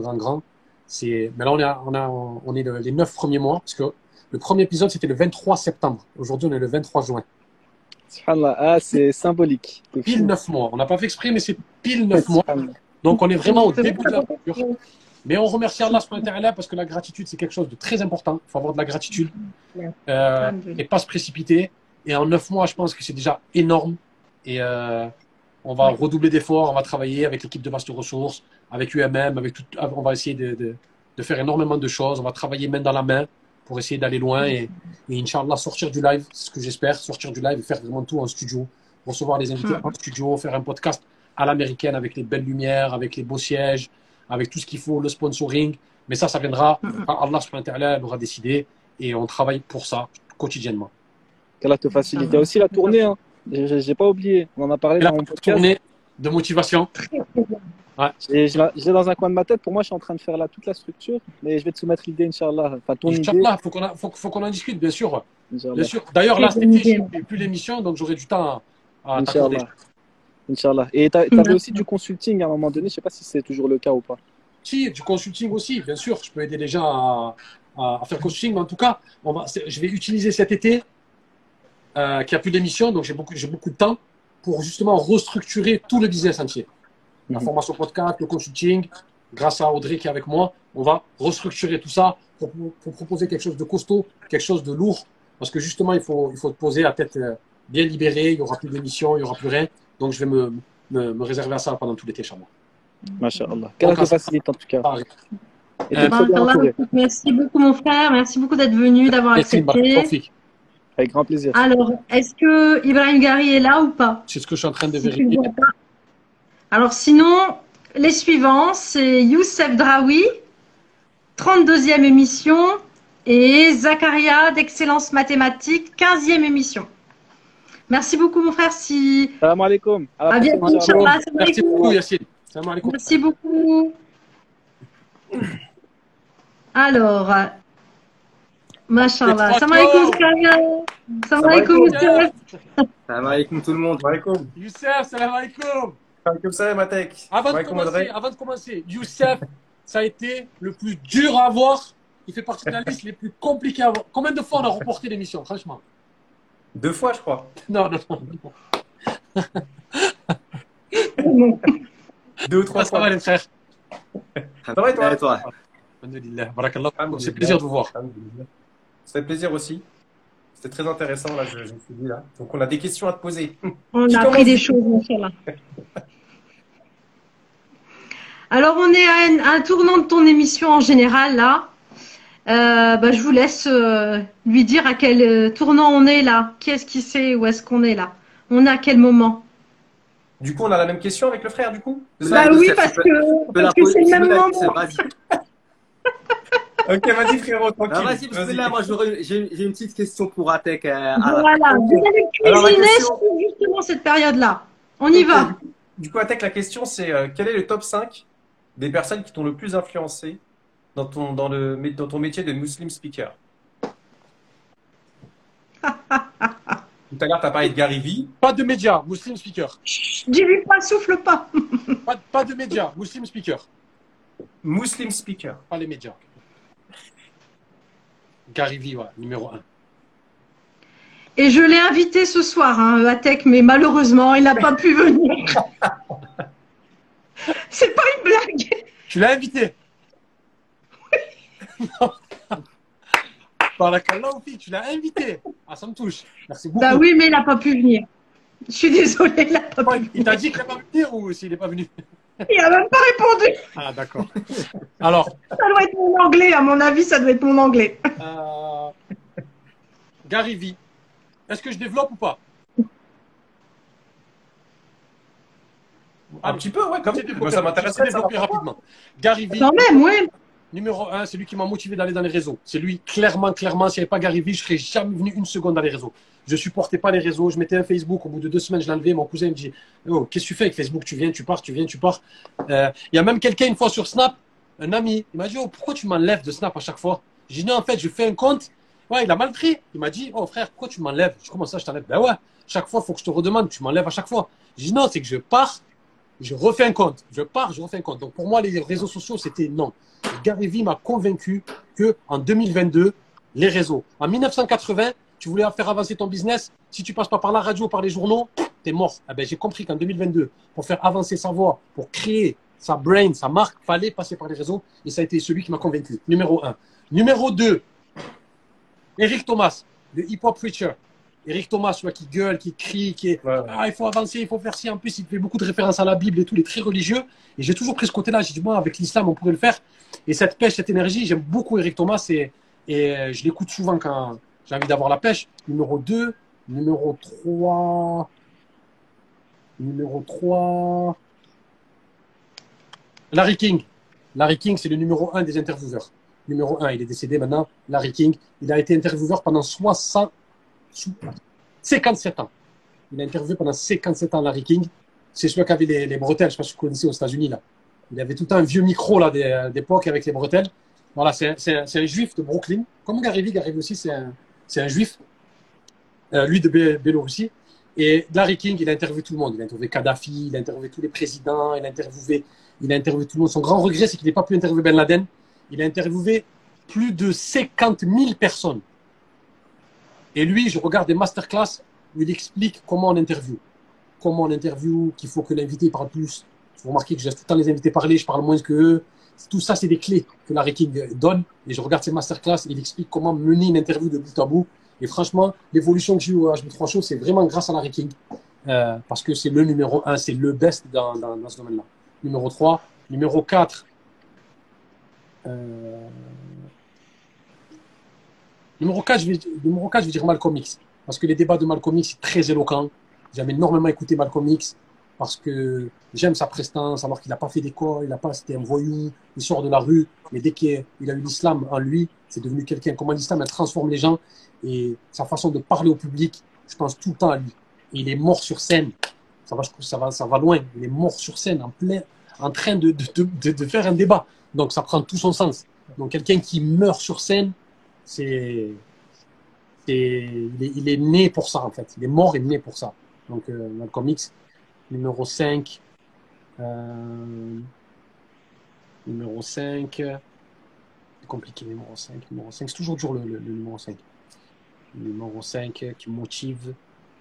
Mais là, on est les 9 premiers mois, parce que le premier épisode, c'était le 23 septembre. Aujourd'hui, on est le 23 juin. Subhanallah, c'est symbolique. Pile 9 mois. On n'a pas fait exprès, mais c'est pile 9 mois. Donc, on est vraiment au début de l'aventure. Mais on remercie Allah parce que la gratitude, c'est quelque chose de très important. Il faut avoir de la gratitude et pas se précipiter. Et en 9 mois, je pense que c'est déjà énorme. Et on va redoubler d'efforts, on va travailler avec l'équipe de Vaste Ressources, avec UMM, on va essayer de faire énormément de choses. On va travailler main dans la main pour essayer d'aller loin et Inch'Allah, sortir du live, c'est ce que j'espère, sortir du live et faire vraiment tout en studio, recevoir les invités en studio, faire un podcast à l'américaine avec les belles lumières, avec les beaux sièges, avec tout ce qu'il faut, le sponsoring. Mais ça viendra quand Allah subhanahu wa ta'ala l'aura décidé et on travaille pour ça quotidiennement. Qu'Allah te facilite. Il y a aussi la tournée, hein. J'ai pas oublié, on en a parlé dans mon podcast. Tournée de motivation. Ouais. J'ai dans un coin de ma tête, pour moi je suis en train de faire toute la structure, mais je vais te soumettre l'idée, Inch'Allah. Enfin, ton idée. Faut qu'on en discute, bien sûr. Bien sûr. D'ailleurs, là, cet été, je ne fais plus l'émission, donc j'aurai du temps à t'accorder. Inch'Allah. Et tu avais aussi du consulting à un moment donné, je ne sais pas si c'est toujours le cas ou pas. Si, du consulting aussi, bien sûr. Je peux aider les gens à faire consulting, mais en tout cas, je vais utiliser cet été qu'il n'y a plus d'émission, donc j'ai beaucoup de temps pour justement restructurer tout le business entier. La formation podcast, le consulting, grâce à Audrey qui est avec moi, on va restructurer tout ça pour proposer quelque chose de costaud, quelque chose de lourd, parce que justement, il faut te poser à tête bien libérée, il n'y aura plus d'émission, il n'y aura plus rien. Donc, je vais me réserver à ça pendant tout l'été, Inch'Allah. Masha'Allah. Qu'Allah te facilite en tout cas. Merci beaucoup, mon frère. Merci beaucoup d'être venu, d'avoir accepté. Avec grand plaisir. Alors, est-ce que Ibrahim Gari est là ou pas? C'est ce que je suis en train de vérifier. Alors, sinon, les suivants, c'est Youssef Draoui, 32e émission, et Zakaria d'Excellence Mathématique, 15e émission. Merci beaucoup, mon frère. Salam alaikum. À bientôt, Inch'Allah. Merci beaucoup, Yassine. Salam alaikum. Merci beaucoup. Alors, Masha'Allah. Salam alaikum, Zakaria. Salam alaikum, Youssef. Salam alaikum, tout le monde. Youssef, salam alaikum. Comme ça, Matek. Avant de commencer, Youssef, ça a été le plus dur à avoir. Il fait partie de la liste les plus compliquées à avoir. Combien de fois on a reporté l'émission, franchement? 2 fois, je crois. Non. 2 ou 3 fois. Ça va, les frères? Ça va et toi? Alhamdulillah. Barakallah. C'est plaisir de vous voir. Ça fait plaisir aussi. C'était très intéressant, là, je me suis dit, là. Donc, on a des questions à te poser. On a appris des choses, Inch'Allah. Alors, on est à un tournant de ton émission en général, là. Je vous laisse lui dire à quel tournant on est, là. Qui est-ce qui sait où est-ce qu'on est, là? On est à quel moment? Du coup, on a la même question avec le frère, du coup? Oui, parce que c'est le même moment. Ok, vas-y frérot, Ah, tranquille. vas-y, bismillah, moi j'ai une petite question pour Atek. Voilà, vous allez Alors, la cuisiner question- sur justement cette période-là. On y va. Du coup, Atek, la question c'est quel est le top 5 des personnes qui t'ont le plus influencé dans ton métier de Muslim speaker? Tout à l'heure, tu as parlé de Gary Vee. Pas de médias, Muslim speaker. Dis-lui pas, souffle pas. Pas de médias, Muslim speaker. Muslim speaker. Pas les médias. Gary Vee, ouais, numéro 1. Et je l'ai invité ce soir, hein, Atek, mais malheureusement, il n'a pas pu venir. C'est pas une blague. Tu l'as invité? Non. Barakallah, fille, tu l'as invité. Ah, ça me touche. Merci beaucoup. Bah oui, mais il n'a pas pu venir. Je suis désolée, il n'a pas pu venir. Il t'a dit qu'il n'a pas pu venir ou s'il n'est pas venu? Il n'a même pas répondu. Ah, d'accord. Alors. Ça doit être mon anglais, à mon avis, ça doit être mon anglais. Gary Vee. Est-ce que je développe ou pas? Un petit peu, ouais, comme ça m'intéresse. Développer rapidement. Gary Vee. Quand même, ouais. Numéro 1, c'est lui qui m'a motivé d'aller dans les réseaux. C'est lui, clairement, s'il n'y avait pas Gary Vee, je ne serais jamais venu une seconde dans les réseaux. Je ne supportais pas les réseaux. Je mettais un Facebook. Au bout de 2 semaines, je l'ai enlevé. Mon cousin me dit oh, qu'est-ce que tu fais avec Facebook? Tu viens, tu pars, tu viens, tu pars. Il y a même quelqu'un, une fois sur Snap, un ami, il m'a dit oh, pourquoi tu m'enlèves de Snap à chaque fois? J'ai dit non, en fait, je fais un compte. Ouais, il a mal pris. Il m'a dit oh frère, pourquoi tu m'enlèves? Je commence ça, je t'enlève. Ben ouais, chaque fois, il faut que je te redemande. Tu m'enlèves à chaque fois. J'ai dit non, c'est que je pars, je refais un compte. Je pars, je refais un compte. Donc pour moi, les réseaux sociaux, c'était non. Gary Vee m'a convaincu qu'en 2022, les réseaux. En 1980, tu voulais faire avancer ton business, si tu passes pas par la radio, par les journaux, t'es mort. Ah ben, j'ai compris qu'en 2022, pour faire avancer sa voix, pour créer sa brain, sa marque, fallait passer par les réseaux. Et ça a été celui qui m'a convaincu. Numéro 1. Numéro 2, Eric Thomas, le hip-hop preacher. Eric Thomas, tu vois, qui gueule, qui crie, qui est ah, il faut avancer, il faut faire ci. En plus, il fait beaucoup de références à la Bible et tout, il est très religieux. Et j'ai toujours pris ce côté-là. J'ai dit, moi, avec l'islam, on pourrait le faire. Et cette pêche, cette énergie, j'aime beaucoup Eric Thomas et je l'écoute souvent quand j'ai envie d'avoir la pêche. Numéro 2, numéro 3. Larry King. Larry King, c'est le numéro 1 des intervieweurs. Numéro 1, il est décédé maintenant. Larry King, il a été intervieweur pendant 57 ans. Il a interviewé pendant 57 ans Larry King. C'est celui qui avait les bretelles, je ne sais pas si vous connaissez aux États-Unis là. Il avait tout un vieux micro là d'époque avec les bretelles. Voilà, c'est un juif de Brooklyn. Comme Gary Vee aussi, c'est un juif. Lui de Biélorussie. Et Larry King, il a interviewé tout le monde. Il a interviewé Kadhafi, il a interviewé tous les présidents, il a interviewé tout le monde. Son grand regret, c'est qu'il n'ait pas pu interviewer Ben Laden. Il a interviewé plus de 50 000 personnes. Et lui, je regarde des masterclass où il explique comment on interviewe. Qu'il faut que l'invité parle plus. Vous remarquez que je laisse tout le temps les invités parler, je parle moins qu'eux. Tout ça, c'est des clés que Larry King donne. Et je regarde ses masterclass, il explique comment mener une interview de bout à bout. Et franchement, l'évolution que j'ai eue au HB3 Show, c'est vraiment grâce à Larry King. Parce que c'est le numéro 1, c'est le best dans ce domaine-là. Numéro 3. Numéro 4. Numéro 4, je vais dire Malcolm X. Parce que les débats de Malcolm X, c'est très éloquent. J'aime énormément écouter Malcolm X parce que j'aime sa prestance, alors qu'il n'a pas fait d'école, c'était un voyou, il sort de la rue, mais dès qu'il a eu l'islam en lui, c'est devenu quelqu'un. Comment l'islam transforme les gens et sa façon de parler au public, je pense tout le temps à lui. Et il est mort sur scène. Je trouve que ça va loin. Il est mort sur scène, en train de faire un débat. Donc ça prend tout son sens. Donc quelqu'un qui meurt sur scène, il est né pour ça en fait. Il est mort et né pour ça. Donc Malcolm X. Numéro 5. C'est compliqué, numéro 5. C'est toujours dur le numéro 5. Numéro 5 qui motive.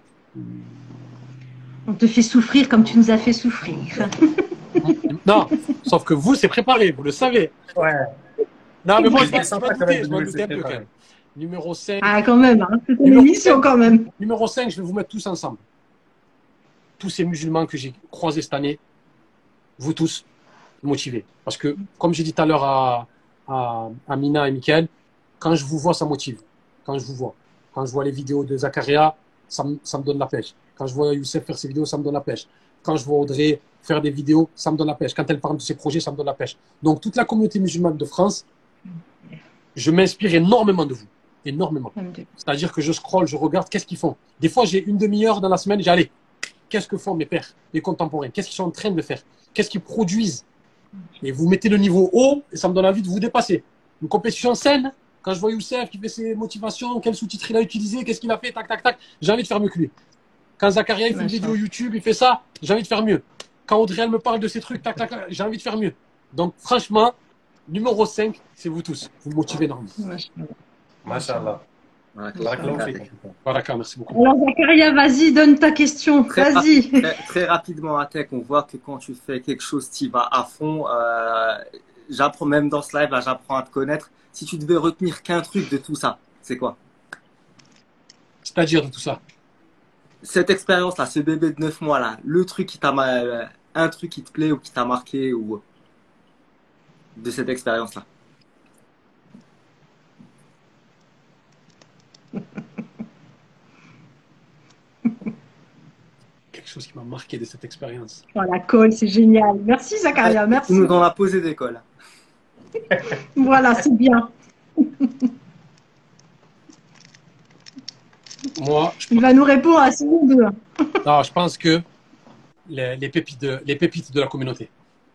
On te fait souffrir comme tu nous as fait souffrir. Non, sauf que vous, c'est préparé, vous le savez. Ouais. Non, mais moi, je m'en doutais un peu quand même. Numéro 5. Ah, quand même, hein. C'est une émission quand même. Numéro 5, je vais vous mettre tous ensemble. Tous ces musulmans que j'ai croisés cette année, vous tous, motivés. Parce que, comme j'ai dit tout à l'heure à Mina et Mickaël, quand je vous vois, ça motive. Quand je vois les vidéos de Zakaria, ça me donne la pêche. Quand je vois Youssef faire ses vidéos, ça me donne la pêche. Quand je vois Audrey faire des vidéos, ça me donne la pêche. Quand elle parle de ses projets, ça me donne la pêche. Donc, toute la communauté musulmane de France, je m'inspire énormément de vous. Énormément. C'est-à-dire que je scrolle, je regarde, qu'est-ce qu'ils font. Des fois, j'ai une demi-heure dans la semaine, j'ai allez, qu'est-ce que font mes pairs, mes contemporains? Qu'est-ce qu'ils sont en train de faire? Qu'est-ce qu'ils produisent? Et vous mettez le niveau haut et ça me donne envie de vous dépasser. Une compétition saine, quand je vois Youssef qui fait ses motivations, quel sous-titre il a utilisé, qu'est-ce qu'il a fait, tac, tac, tac, j'ai envie de faire mieux que lui. Quand Zakaria il fait une vidéo YouTube, il fait ça, j'ai envie de faire mieux. Quand Audrey elle me parle de ces trucs, tac, tac, tac, j'ai envie de faire mieux. Donc franchement, numéro 5, c'est vous tous. Vous me motivez énormément. Masha'Allah. Baraka, merci beaucoup. Alors Zakaria, vas-y, donne ta question. Vas-y. Très rapidement, Atek, on voit que quand tu fais quelque chose, tu y vas à fond. J'apprends même dans ce live, là, j'apprends à te connaître. Si tu devais retenir qu'un truc de tout ça, c'est quoi? C'est-à-dire de tout ça? Cette expérience-là, ce bébé de 9 mois là, le truc qui t'a un truc qui te plaît ou qui t'a marqué ou de cette expérience-là. Quelque chose qui m'a marqué de cette expérience. Oh, la colle, c'est génial. Merci Zakaria, merci. Tu nous en as posé des cols. Voilà, c'est bien. Moi, il va nous répondre à ce deux. Non, je pense que les pépites de la communauté.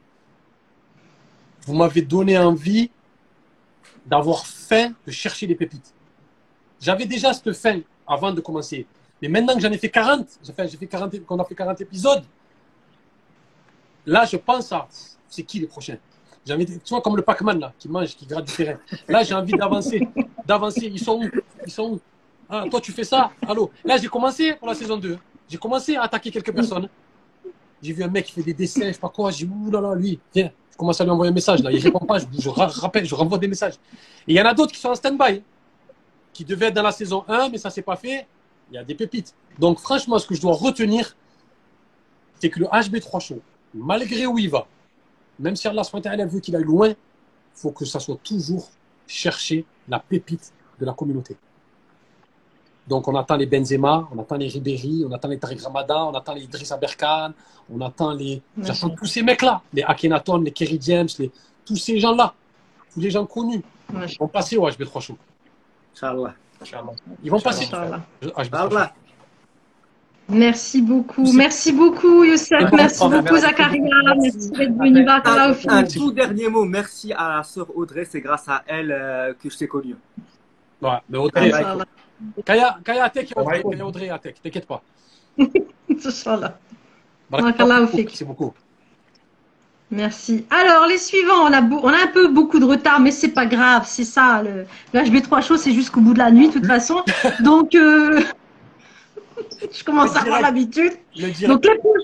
Vous m'avez donné envie d'avoir faim de chercher les pépites. J'avais déjà cette faim avant de commencer. Mais maintenant que j'en ai fait 40, qu'on a fait 40 épisodes, là, je pense à c'est qui les prochains. J'ai envie tu vois, comme le Pac-Man là, qui mange, qui gratte du terrain. Là, j'ai envie d'avancer. Ils sont où? Ah, toi, tu fais ça? Allô? Là, j'ai commencé pour la saison 2. J'ai commencé à attaquer quelques personnes. J'ai vu un mec qui fait des dessins, je sais pas quoi. J'ai dit, oulala, lui, viens. Je commence à lui envoyer un message. Là. Il répond pas. Je rappelle, je renvoie des messages. Et il y en a d'autres qui sont en stand-by, qui devaient être dans la saison 1, mais ça s'est pas fait. Il y a des pépites. Donc, franchement, ce que je dois retenir, c'est que le HB3 Show, malgré où il va, même si Allah veut qu'il aille loin, il faut que ça soit toujours chercher la pépite de la communauté. Donc, on attend les Benzema, on attend les Ribéry, on attend les Tariq Ramadan, on attend les Idrissa Berkane, on attend j'attends tous ces mecs-là, les Akhenaton, les Kerry James, tous ces gens-là, tous les gens connus. Ils vont passer au HB3 Show. Inch'Allah. Ils vont passer. Inch'Allah. Merci beaucoup. Merci beaucoup, Youssef. Merci beaucoup, Zakaria. Merci d'être venu. Un tout dernier mot. Merci à la sœur Audrey. C'est grâce à elle que je t'ai connu. Ouais, mais Audrey. Kaya Atek et Audrey Atek. T'inquiète pas. Inch'Allah. Merci beaucoup. Merci. Alors, les suivants, on a un peu beaucoup de retard, mais c'est pas grave. C'est ça, le HB3 Show, c'est jusqu'au bout de la nuit, de toute façon. Donc, je commence à avoir l'habitude. Donc,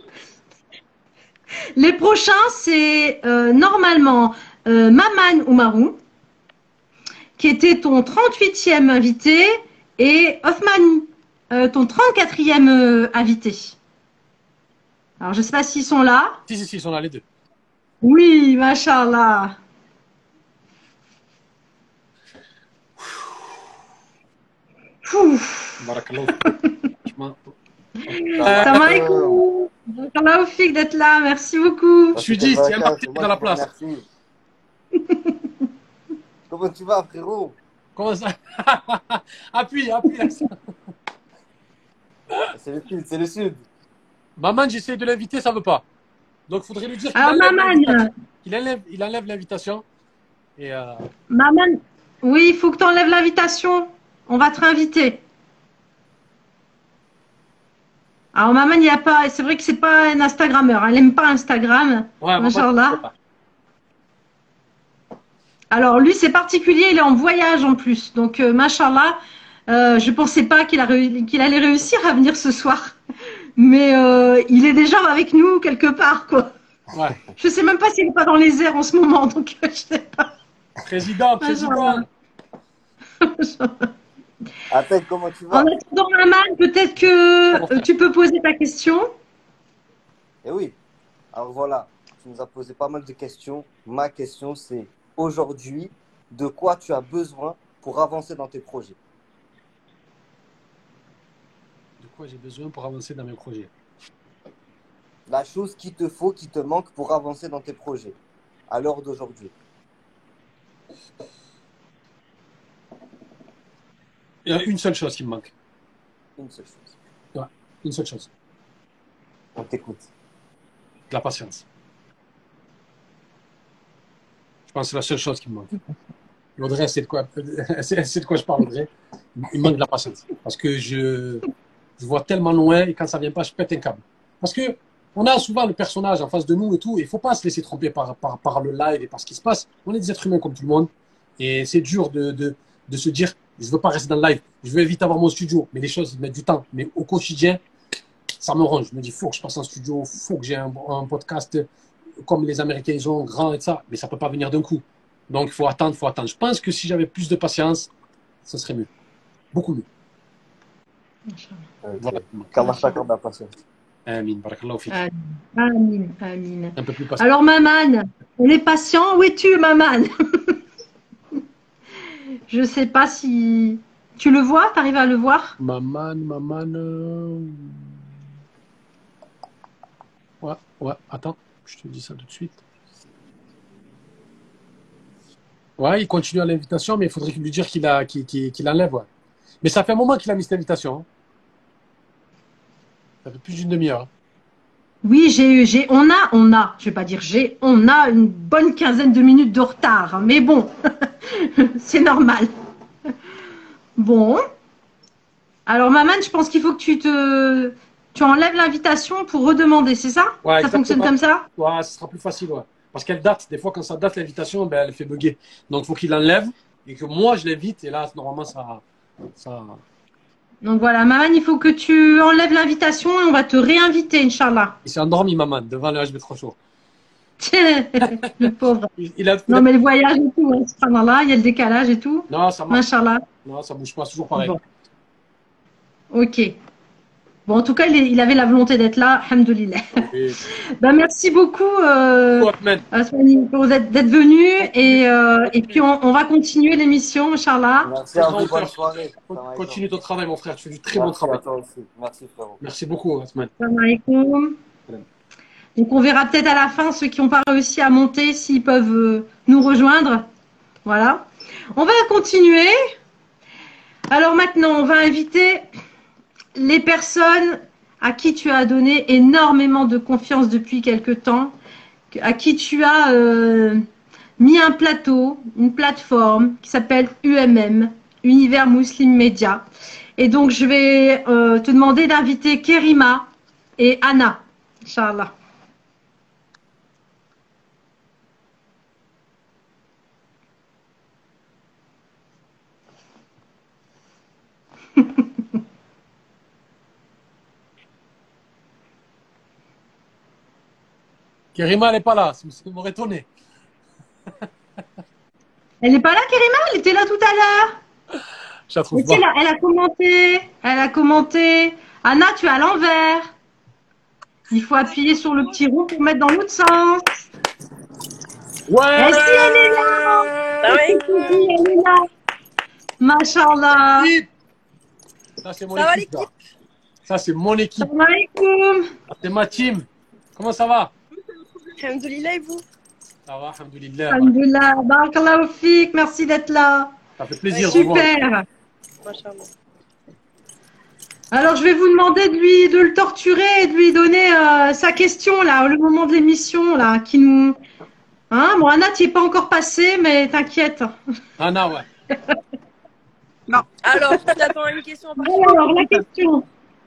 les prochains, c'est normalement Maman Oumarou, qui était ton 38e invité, et Othmani, ton 34e invité. Alors, je ne sais pas s'ils sont là. Si, ils sont là, les deux. Oui, machallah. Salam alaikum. Barakallahu fik d'être là, merci beaucoup. Je suis dit, il y a un dans la place. Comment tu vas, frérot? Comment ça? Appuie. C'est le sud. Maman, j'essaie de l'inviter, ça ne veut pas. Donc, il faudrait lui dire qu'il enlève l'invitation. Maman, oui, il faut que tu enlèves l'invitation. On va te réinviter. Alors, Maman, il n'y a pas. C'est vrai que c'est pas un Instagrammeur. Elle n'aime pas Instagram. Ouais, machallah. Alors, lui, c'est particulier. Il est en voyage en plus. Donc, machallah, je ne pensais pas qu'il allait réussir à venir ce soir. Mais il est déjà avec nous quelque part, quoi. Ouais. Je sais même pas s'il n'est pas dans les airs en ce moment, donc je sais pas. Président. Atek, comment tu vas? En attendant, Maman, peut-être que tu peux poser ta question. Eh oui. Alors voilà, tu nous as posé pas mal de questions. Ma question, c'est aujourd'hui, de quoi tu as besoin pour avancer dans tes projets? De quoi j'ai besoin pour avancer dans mes projets? La chose qu'il te faut, qui te manque pour avancer dans tes projets, à l'heure d'aujourd'hui. Il y a une seule chose qui me manque. Une seule chose. Ouais, une seule chose. On t'écoute. De la patience. Je pense que c'est la seule chose qui me manque. Audrey, c'est de quoi je parle, Audrey. Il me manque de la patience. Parce que je vois tellement loin et quand ça vient pas, je pète un câble. Parce que on a souvent le personnage en face de nous et tout. Il faut pas se laisser tromper par le live et par ce qui se passe. On est des êtres humains comme tout le monde. Et c'est dur de se dire, je veux pas rester dans le live. Je veux vite avoir mon studio. Mais les choses mettent du temps. Mais au quotidien, ça me ronge. Je me dis, faut que je passe en studio. Faut que j'ai un podcast comme les Américains, ils ont grand et ça. Mais ça peut pas venir d'un coup. Donc, il faut attendre. Je pense que si j'avais plus de patience, ça serait mieux. Beaucoup mieux. Voilà. Qu'Allah t'accorde la patience. Amin. Barakallahu fik. Amin. Amin. Un peu plus patient. Alors, Maman, on est patient. Où es-tu, Maman? Je sais pas si tu le vois. Tu arrives à le voir? Maman. Ouais. Attends, je te dis ça tout de suite. Ouais, il continue à l'invitation, mais il faudrait lui dire qu'il enlève. Ouais. Mais ça fait un moment qu'il a mis cette invitation. Hein. Ça fait plus d'une demi-heure. Hein. Oui, on a, je vais pas dire on a une bonne quinzaine de minutes de retard. Mais bon, c'est normal. Bon. Alors, Maman, je pense qu'il faut que tu enlèves l'invitation pour redemander, c'est ça? Ouais, ça fonctionne comme ça? Ouais, ce sera plus facile, ouais. Parce qu'elle date. Des fois, quand ça date l'invitation, ben, elle fait bugger. Donc, il faut qu'il l'enlève et que moi, je l'invite. Et là, normalement, ça... Donc voilà, Maman, il faut que tu enlèves l'invitation et on va te réinviter, Inch'Allah. Il s'est endormi, Maman, devant le HB3 Show. Le pauvre. Non, mais le voyage et tout, subhanallah, il y a le décalage et tout. Non, ça marche. Inch'Allah. Non, ça bouge pas, c'est toujours pareil. Bon. Ok. Bon, en tout cas, il avait la volonté d'être là, alhamdoulilah. Oui. Ben, merci beaucoup, Asmani, d'être venu. Et puis, on va continuer l'émission, Inch'Allah. Merci à vous, bonne soirée. Continue ton travail, mon frère. Tu fais du très bon travail. Merci, frérot. Merci beaucoup, Asmani. Salam alaikum. Donc, on verra peut-être à la fin ceux qui n'ont pas réussi à monter, s'ils peuvent nous rejoindre. Voilà. On va continuer. Alors maintenant, on va inviter les personnes à qui tu as donné énormément de confiance depuis quelque temps, à qui tu as mis un plateau, une plateforme qui s'appelle UMM, Univers Muslim Media. Et donc, je vais te demander d'inviter Kerima et Anna, Inch'Allah. Kerima, elle n'est pas là. Ça m'aurait étonné. Elle n'est pas là, Kerima? Elle était là tout à l'heure. Je la trouve pas. Elle a commenté. Elle a commenté. Anna, tu es à l'envers. Il faut appuyer sur le petit rond pour mettre dans l'autre sens. Ouais. Et si elle est là? Elle est là. Machallah. Ça, c'est mon équipe. Là. Ça, c'est mon équipe. Salam alaikum. C'est ma team. Comment ça va? Alhamdoulilah, et vous? Ça va, alhamdoulilah. Alhamdoulilah. Barakallahu fik. Merci d'être là. Ça fait plaisir. Super. Alors, je vais vous demander de le torturer et de lui donner sa question, là, le moment de l'émission, là, qui nous... Hein, bon, Anna, tu n'y es pas encore passée, mais t'inquiète. Anna, ouais. Non. Alors, tu t'attends à une question en particulier? Alors, la question.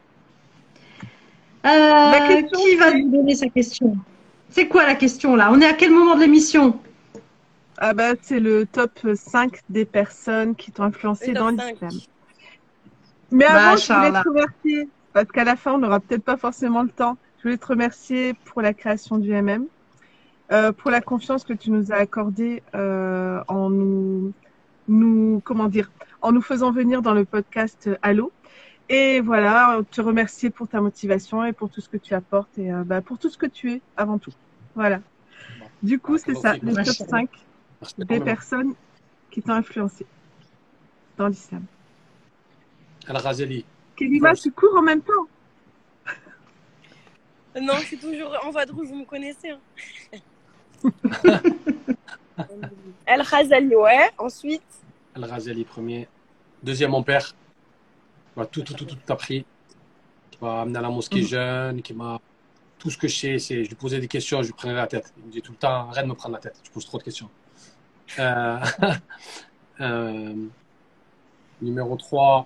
Qui va nous donner sa question? C'est quoi la question, là? On est à quel moment de l'émission? Ah bah, c'est le top 5 des personnes qui t'ont influencé dans l'islam. Mais avant, je voulais te remercier, parce qu'à la fin, on n'aura peut-être pas forcément le temps. Je voulais te remercier pour la création du MM, pour la confiance que tu nous as accordée en en nous faisant venir dans le podcast Allo. Et voilà, te remercier pour ta motivation et pour tout ce que tu apportes et pour tout ce que tu es avant tout. Voilà. Du coup, c'est ça, le top 5 des personnes qui t'ont influencé dans l'islam. Al-Ghazali. Kerima, tu cours en même temps. Non, c'est toujours en vadrouille, vous me connaissez. Hein. Al-Ghazali, ouais. Ensuite. Al-Ghazali, premier. Deuxième, mon père. m'a tout appris, qui m'a amené à la mosquée jeune, qui m'a... Tout ce que je sais, c'est je lui posais des questions, je lui prenais la tête. Il me dit tout le temps, arrête de me prendre la tête, tu poses trop de questions. Numéro 3,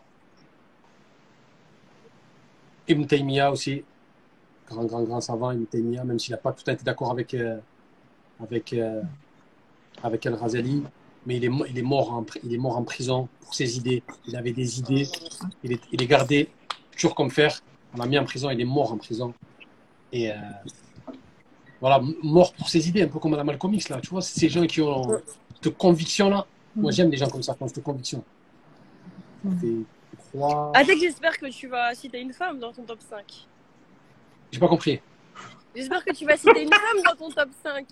Ibn Taymiyyah aussi, grand savant, Ibn Taymiyyah, même s'il n'a pas tout été d'accord avec Al-Ghazali, mais il est mort en prison pour ses idées. Il avait des idées, il est gardé dur comme fer, on l'a mis en prison, il est mort en prison. Et voilà, mort pour ses idées, un peu comme à la Malcolm X, là, tu vois, ces gens qui ont cette conviction-là. Moi, j'aime les gens comme ça, qui ont cette conviction. Atek, j'espère que tu vas citer une femme dans ton top 5. J'ai pas compris. J'espère que tu vas citer une femme dans ton top 5.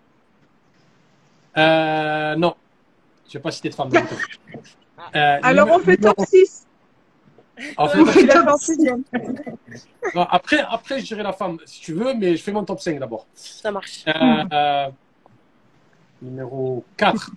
Non, je vais pas citer de femme dans mon top. Alors, on fait top 6. Après, je dirais la femme, si tu veux, mais je fais mon top 5 d'abord. Ça marche. Numéro 4.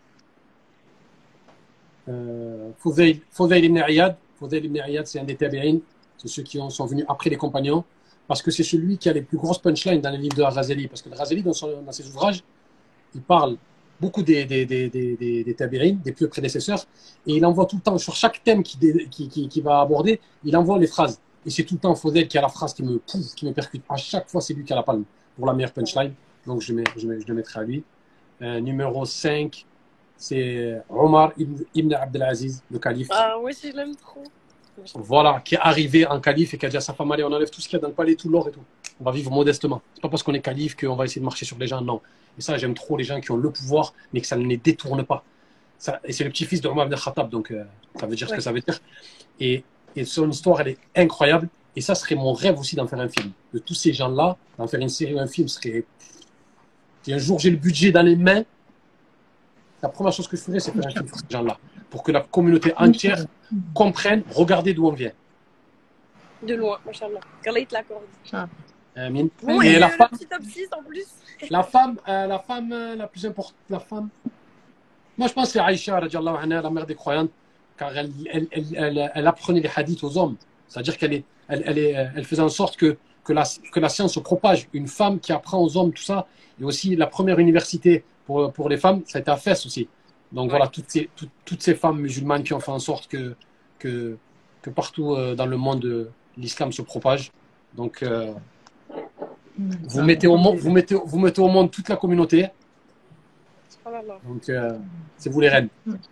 Fudayl ibn Iyad. Fudayl ibn Iyad, c'est un des tabi'in. C'est ceux qui sont venus après les compagnons. Parce que c'est celui qui a les plus grosses punchlines dans les livres de Al-Ghazali. Parce que Al-Ghazali, dans ses ouvrages, il parle beaucoup des tabi'in, des plus prédécesseurs, et il envoie tout le temps, sur chaque thème qui va aborder, il envoie les phrases. Et c'est tout le temps Fodel qui a la phrase qui me percute. À chaque fois, c'est lui qui a la palme pour la meilleure punchline. Donc, je le mettrai à lui. Numéro 5, c'est Omar ibn Abdelaziz, le calife. Ah, oui, je l'aime trop. Voilà, qui est arrivé en calife et qui a dit à sa femme, allez, on enlève tout ce qu'il y a dans le palais, tout l'or et tout. On va vivre modestement. C'est pas parce qu'on est calife qu'on va essayer de marcher sur les gens, non. Et ça, j'aime trop les gens qui ont le pouvoir, mais que ça ne les détourne pas. Ça, et c'est le petit-fils de Omar ibn Khattab, donc ça veut dire ce que ça veut dire. Et son histoire, elle est incroyable. Et ça serait mon rêve aussi d'en faire un film. De tous ces gens-là, d'en faire une série ou un film serait... Si un jour j'ai le budget dans les mains, la première chose que je ferais, c'est faire un film sur ces gens-là. Pour que la communauté entière comprenne, regardez d'où on vient. De loin, machallah. Qu'Allah il te l'accorde. Amin. Bon, et la femme, le petit top 6 en plus. la femme la plus importante, moi je pense que c'est Aïcha, radiallahu anha, la mère des croyantes, car elle apprenait les hadiths aux hommes. C'est-à-dire qu'elle faisait en sorte que la science se propage. Une femme qui apprend aux hommes tout ça, et aussi la première université pour les femmes, ça a été à Fès aussi. Donc voilà, toutes ces femmes musulmanes qui ont fait en sorte que partout dans le monde, l'islam se propage. Donc vous mettez au monde toute la communauté. Donc c'est vous les reines.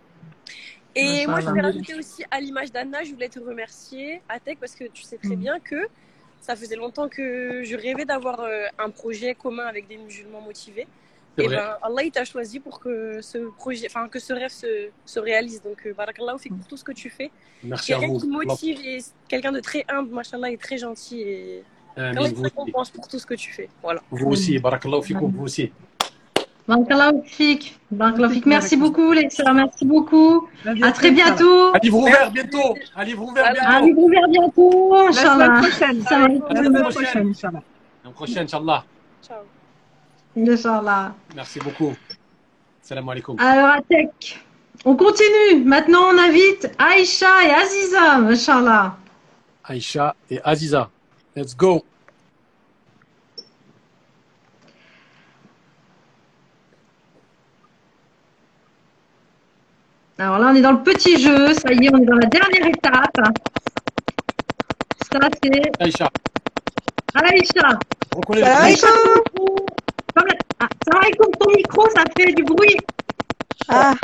Et moi je voulais rajouter aussi à l'image d'Anna, je voulais te remercier, Atek, parce que tu sais très bien que ça faisait longtemps que je rêvais d'avoir un projet commun avec des musulmans motivés. Et ben Allah il t'a choisi pour que ce projet, enfin que ce rêve se réalise. Donc barakallahu fik pour tout ce que tu fais. Merci à vous. Quelqu'un qui motive et quelqu'un de très humble, machallah, et très gentil et Allah il te récompense pour tout ce que tu fais. Voilà. Vous aussi, barakallahu fikoum, vous aussi. Barakallahu fik. Barakallahu fik. Merci beaucoup les sœurs, merci beaucoup. À très bientôt. À livre ouvert bientôt. À livre ouvert bientôt. À livre ouvert bientôt, inchallah. La semaine prochaine, inchallah. La prochaine, inchallah. Ciao. Inch'Allah. Merci beaucoup. Salam alaikum. Alors, Atek, on continue. Maintenant, on invite Aïcha et Aziza, Inch'Allah. Aïcha et Aziza. Let's go. Alors là, on est dans le petit jeu. Ça y est, on est dans la dernière étape. Ça, c'est Aïcha. Aïcha. Aïcha. Ça va, comme ton micro, ça fait du bruit. Ah,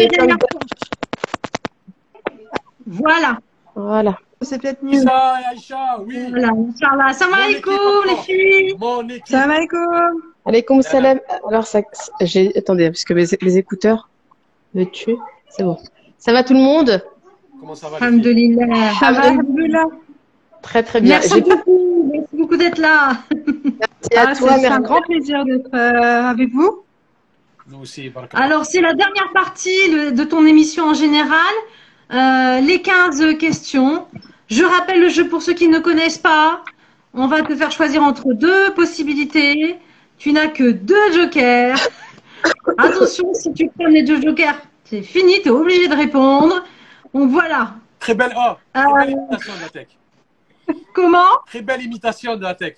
voilà. C'est peut-être mieux. Aïcha, oui. Voilà, Inch'Allah. Salam alaikum, les filles. Salam alaikum. Alaikum salam. Alors, attendez, parce que mes écouteurs me tuent. C'est bon. Ça va tout le monde? Comment ça va? Alhamdulillah. Alhamdulillah. Très très bien. Merci beaucoup d'être là. Merci à toi. C'est un grand plaisir d'être avec vous. Nous aussi, alors, c'est la dernière partie de ton émission en général. Les 15 questions. Je rappelle le jeu pour ceux qui ne connaissent pas. On va te faire choisir entre deux possibilités. Tu n'as que 2 jokers. Attention, si tu prends les 2 jokers, c'est fini, tu es obligé de répondre. Donc voilà, Très belle, très belle imitation de la tech. Comment? Très belle imitation de la tech.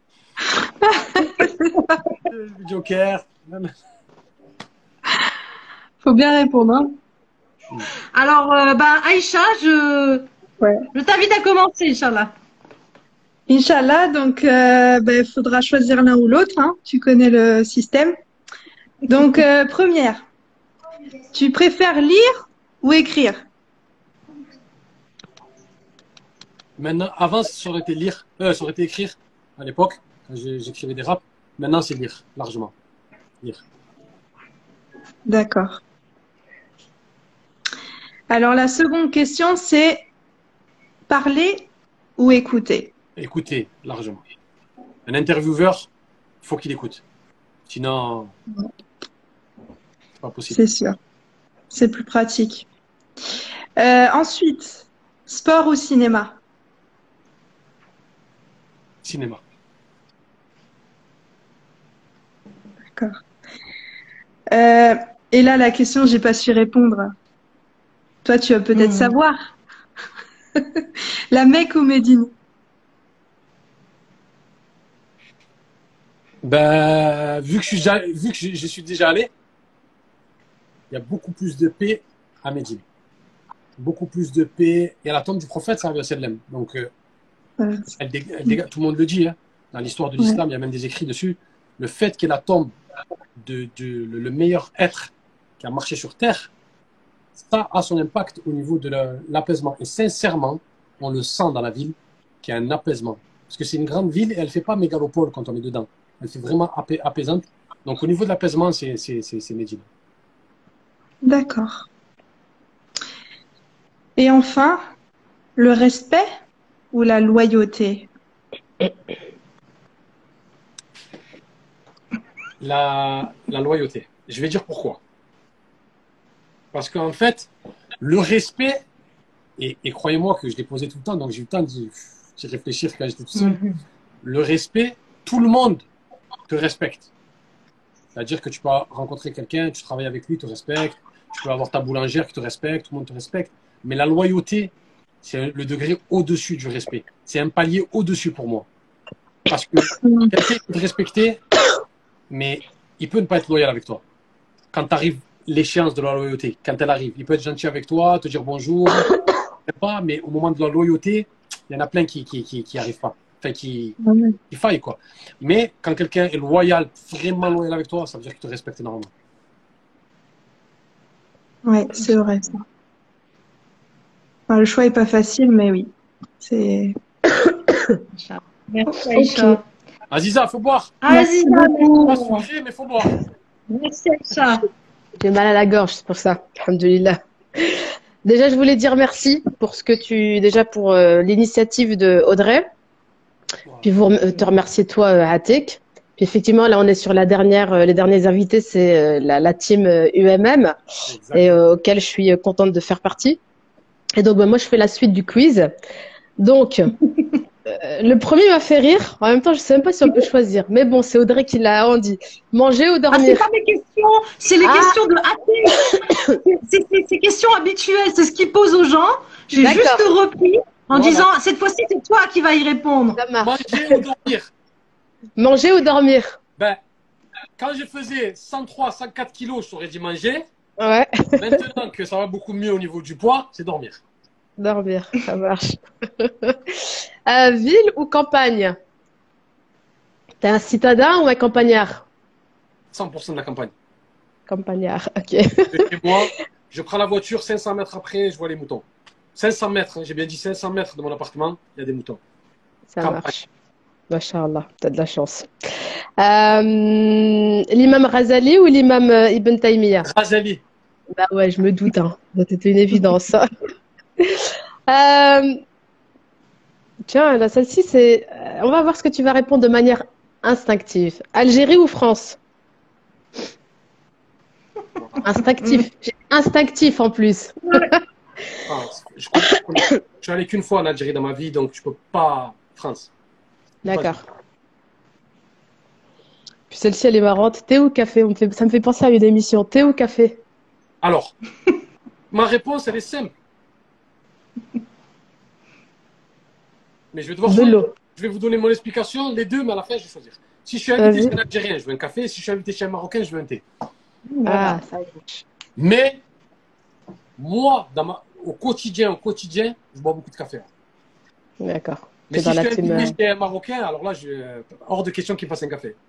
Joker. Faut bien répondre. Hein. Alors, Aïcha, je t'invite à commencer, Inch'Allah. Inch'Allah, donc il faudra choisir l'un ou l'autre. Hein. Tu connais le système. Donc, première, tu préfères lire ou écrire? Maintenant, avant, ça aurait été lire, ça aurait été écrire à l'époque, quand j'écrivais des raps. Maintenant, c'est lire, largement. Lire. D'accord. Alors, la seconde question, c'est parler ou écouter? Écouter, largement. Un intervieweur, il faut qu'il écoute. Sinon, c'est pas possible. C'est sûr. C'est plus pratique. Ensuite, sport ou cinéma? Cinéma. D'accord. Et là, la question, j'ai pas su répondre. Toi, tu vas peut-être savoir. La Mecque ou Médine? Vu que je suis déjà allé, il y a beaucoup plus de paix à Médine. Beaucoup plus de paix. Il y a la tombe du prophète, sallallahu alayhi wa sallam. Donc, tout le monde le dit. Hein. Dans l'histoire de l'islam, il y a même des écrits dessus. Le fait qu'il y ait la tombe le meilleur être qui a marché sur Terre, ça a son impact au niveau de l'apaisement. Et sincèrement, on le sent dans la ville qu'il y a un apaisement. Parce que c'est une grande ville et elle ne fait pas mégalopole quand on est dedans. Elle fait vraiment apaisante. Donc, au niveau de l'apaisement, c'est Médine. D'accord. Et enfin, le respect ou la loyauté? La loyauté. Je vais dire pourquoi. Parce qu'en fait, le respect, et croyez-moi que je l'ai posé tout le temps, donc j'ai eu le temps d'y réfléchir quand j'étais tout seul. Le respect, tout le monde te respecte. C'est-à-dire que tu peux rencontrer quelqu'un, tu travailles avec lui, il te respecte. Tu peux avoir ta boulangère qui te respecte, tout le monde te respecte. Mais la loyauté, c'est le degré au-dessus du respect. C'est un palier au-dessus pour moi. Parce que quelqu'un peut te respecter, mais il peut ne pas être loyal avec toi. Quand tu arrives l'échéance de la loyauté, quand elle arrive, il peut être gentil avec toi, te dire bonjour, pas, mais au moment de la loyauté, il y en a plein qui arrivent pas. Enfin, qui faillent, quoi. Mais quand quelqu'un est loyal, vraiment loyal avec toi, ça veut dire qu'il te respecte énormément. Ouais, c'est vrai, ça. Enfin, le choix est pas facile, mais oui. C'est. Merci, Aïcha. Aziza, faut boire. Aziza, pas sujet, mais faut boire. Merci, Aïcha. J'ai mal à la gorge, c'est pour ça. Alhamdoulilah. Déjà, je voulais dire merci pour pour l'initiative de Audrey. Puis te remercier toi, Atek. Puis effectivement, là, on est sur les derniers invités, c'est la team UMM, et auquel je suis contente de faire partie. Et donc, moi, je fais la suite du quiz. Donc, le premier m'a fait rire. En même temps, je sais même pas si on peut choisir. Mais bon, c'est Audrey qui l'a dit. Manger ou dormir? C'est pas mes questions, c'est les questions de Atek. C'est ces questions habituelles, c'est ce qu'il pose aux gens. J'ai juste repris en disant, cette fois-ci, c'est toi qui vas y répondre. Ça marche. Manger ou dormir? Manger ou dormir? Quand je faisais 103, 104 kilos, je t'aurais dit manger. Ouais. Maintenant que ça va beaucoup mieux au niveau du poids, c'est dormir. Dormir, ça marche. Ville ou campagne? T'es un citadin ou un campagnard? 100% de la campagne. Campagnard, ok. Et moi, je prends la voiture, 500 mètres après, je vois les moutons. 500 mètres, j'ai bien dit 500 mètres de mon appartement, il y a des moutons. Ça marche. Masha'Allah, t'as de la chance. L'imam Razali ou l'imam Ibn Taymiyyah? Razali. Bah ouais, je me doute, hein. C'était une évidence. Tiens, là, celle-ci, c'est. On va voir ce que tu vas répondre de manière instinctive. Algérie ou France? Instinctif. Instinctif en plus. Je suis allé qu'une fois en Algérie dans ma vie, donc je peux pas. France. D'accord. Puis celle-ci, elle est marrante. Thé ou café? Ça me fait penser à une émission. Thé ou café? Alors, ma réponse, elle est simple. Mais je vais devoir choisir. Je vais vous donner mon explication, les deux, mais à la fin, je vais choisir. Si je suis invité chez un Algérien, je veux un café. Si je suis invité chez un Marocain, je veux un thé. Ah, ça y est. Mais, moi, au quotidien, je bois beaucoup de café. D'accord. Mais si je suis invité chez un Marocain, alors là, hors de question qu'il me fasse un café.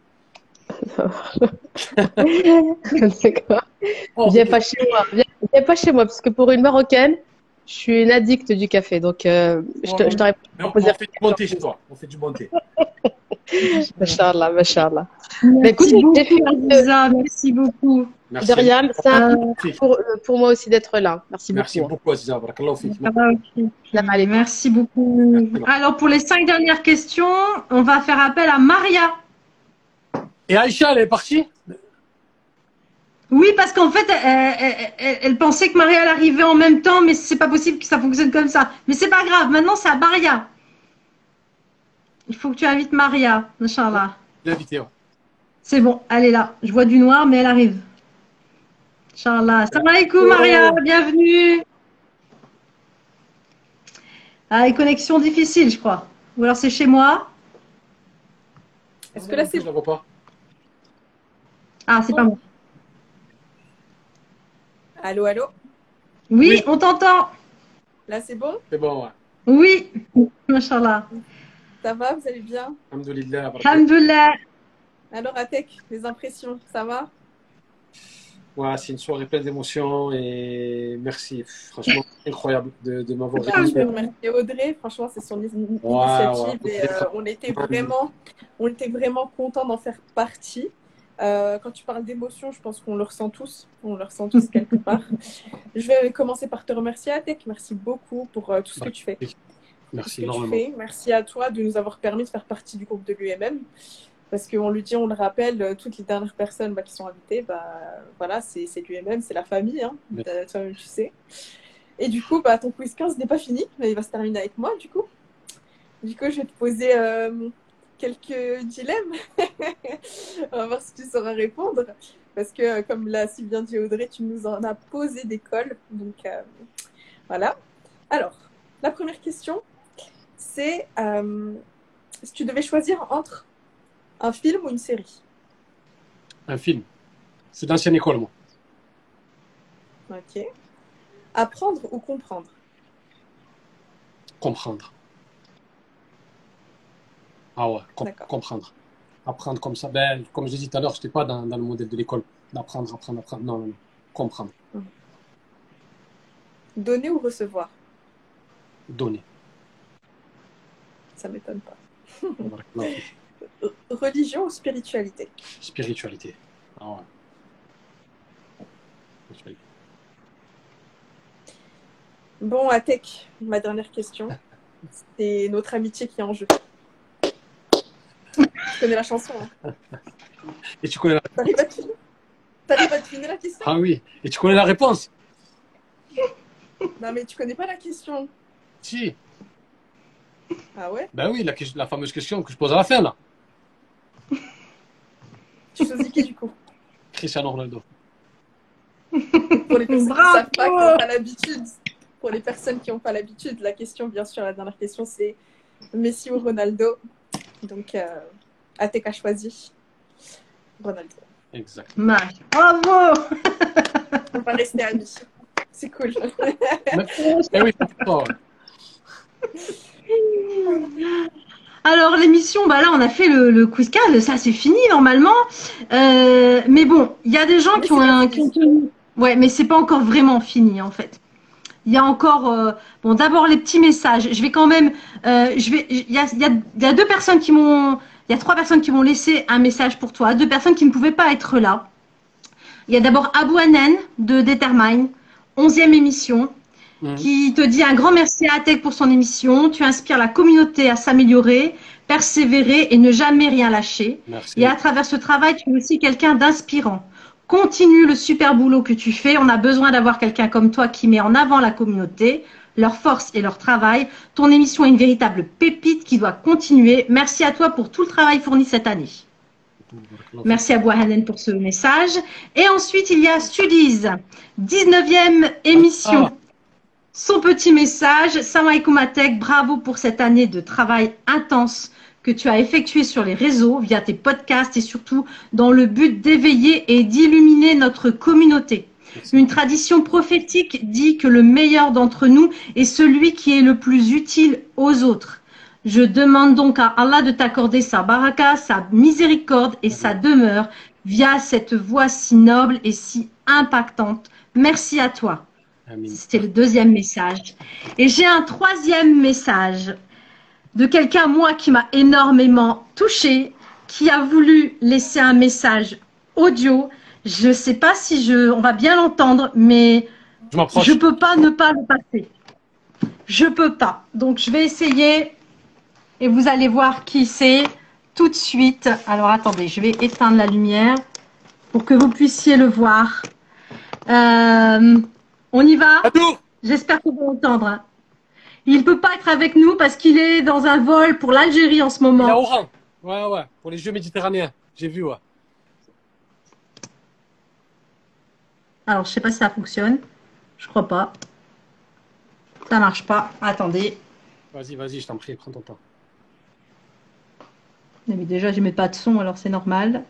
D'accord. Viens pas chez moi. Viens pas chez moi, parce que pour une Marocaine, je suis une addicte du café. Donc, je t'aurais proposé. On fait du bon thé chez toi. On fait du bon thé. Machallah, machallah. Merci beaucoup, Aziza. Merci beaucoup. De rien, ça, pour moi aussi d'être là. Merci beaucoup. Merci beaucoup, Aziza. Merci beaucoup. Alors, pour les 5 dernières questions, on va faire appel à Maria. Et Aïcha, elle est partie? Oui, parce qu'en fait, elle pensait que Maria elle arrivait en même temps, mais c'est pas possible que ça fonctionne comme ça. Mais c'est pas grave, maintenant c'est à Maria. Il faut que tu invites Maria, Inch'Allah. Je l'ai invitée, ouais. C'est bon, elle est là. Je vois du noir, mais elle arrive. Inch'Allah. Salam alaikum, Maria, bienvenue. Ah, une connexion difficile, je crois. Ou alors c'est chez moi. Est-ce que là c'est... Je la vois pas. Ah, c'est pas moi. Allô, allô? Oui, on t'entend. Là, c'est bon? C'est bon, ouais. Oui, Inch'Allah. Ça va, vous allez bien? Alhamdoulilah. Alhamdoulilah. Alors, Atek, les impressions, ça va? Ouais, c'est une soirée pleine d'émotions et merci. Franchement, incroyable de m'avoir répondu. Je veux remercier Audrey, franchement, c'est son initiative et on était vraiment contents d'en faire partie. Quand tu parles d'émotion, je pense qu'on le ressent tous. On le ressent tous quelque part. Je vais commencer par te remercier, Atek. Merci beaucoup pour tout ce que tu fais. Merci énormément. Merci à toi de nous avoir permis de faire partie du groupe de l'UMM. Parce qu'on le dit, on le rappelle, toutes les dernières personnes qui sont invitées, voilà, c'est l'UMM, c'est la famille. Hein, toi-même, tu sais. Et du coup, ton quiz 15 n'est pas fini, mais il va se terminer avec moi, du coup. Du coup, je vais te poser quelques dilemmes. On va voir si tu sauras répondre. Parce que, comme l'a si bien dit Audrey, tu nous en as posé des cols. Donc, voilà. Alors, la première question, c'est si tu devais choisir entre un film ou une série? Un film. C'est d'ancienne école, moi. Ok. Apprendre ou comprendre? Comprendre. Ah ouais, comprendre. Apprendre comme ça. Comme je l'ai dit tout à l'heure, je n'étais pas dans le modèle de l'école. D'apprendre, apprendre. Non. Comprendre. Donner ou recevoir? Donner. Ça ne m'étonne pas. Religion ou spiritualité? Spiritualité. Ah ouais. Spiritualité. Bon, Atek, ma dernière question. C'est notre amitié qui est en jeu. Tu connais la chanson, hein? Et tu connais la réponse? T'arrives à deviner la question? Ah oui. Et tu connais la réponse? Non, mais tu connais pas la question. Si. Ah ouais? Ben oui, la fameuse question que je pose à la fin, là. Tu choisis qui, du coup? Cristiano Ronaldo. Pour les personnes qui ne savent pas, qui n'ont pas l'habitude. Pour les personnes qui n'ont pas l'habitude, la question, bien sûr, la dernière question, c'est Messi ou Ronaldo. Donc, Atek a choisi Ronaldo. Exact. Bravo. On va rester amis. C'est cool. Eh oui, oh. Alors l'émission, là on a fait le quiz 15, ça c'est fini normalement. Mais bon, il y a des gens qui ont ouais, mais c'est pas encore vraiment fini en fait. Il y a encore bon d'abord les petits messages. Je vais quand même il y a 2 personnes qui m'ont il y a 3 personnes qui m'ont laissé un message pour toi, 2 personnes qui ne pouvaient pas être là. Il y a d'abord Abou Anen de Determine, 11e émission. Qui te dit un grand merci à Atek pour son émission. Tu inspires la communauté à s'améliorer, persévérer et ne jamais rien lâcher. Merci. Et à travers ce travail, tu es aussi quelqu'un d'inspirant. Continue le super boulot que tu fais. On a besoin d'avoir quelqu'un comme toi qui met en avant la communauté, leur force et leur travail. Ton émission est une véritable pépite qui doit continuer. Merci à toi pour tout le travail fourni cette année. Merci à Bouhanen pour ce message. Et ensuite, il y a Studies, 19e émission. son petit message. Salam alaikum Atek, bravo pour cette année de travail intense que tu as effectué sur les réseaux, via tes podcasts et surtout dans le but d'éveiller et d'illuminer notre communauté. Une tradition prophétique dit que le meilleur d'entre nous est celui qui est le plus utile aux autres. Je demande donc à Allah de t'accorder sa baraka, sa miséricorde et sa demeure via cette voix si noble et si impactante. Merci à toi. C'était le deuxième message. Et j'ai un troisième message de quelqu'un, moi, qui m'a énormément touchée, qui a voulu laisser un message audio. Je ne sais pas si on va bien l'entendre, mais je ne peux pas ne pas le passer. Je ne peux pas. Donc, je vais essayer et vous allez voir qui c'est tout de suite. Alors, attendez, je vais éteindre la lumière pour que vous puissiez le voir. On y va? J'espère que vous l'entendre. Il ne peut pas être avec nous parce qu'il est dans un vol pour l'Algérie en ce moment. Il est à Oran. Ouais, pour les Jeux méditerranéens. J'ai vu, ouais. Alors, je ne sais pas si ça fonctionne. Je crois pas. Ça ne marche pas. Attendez. Vas-y, je t'en prie, prends ton temps. Mais déjà, je ne mets pas de son, alors c'est normal.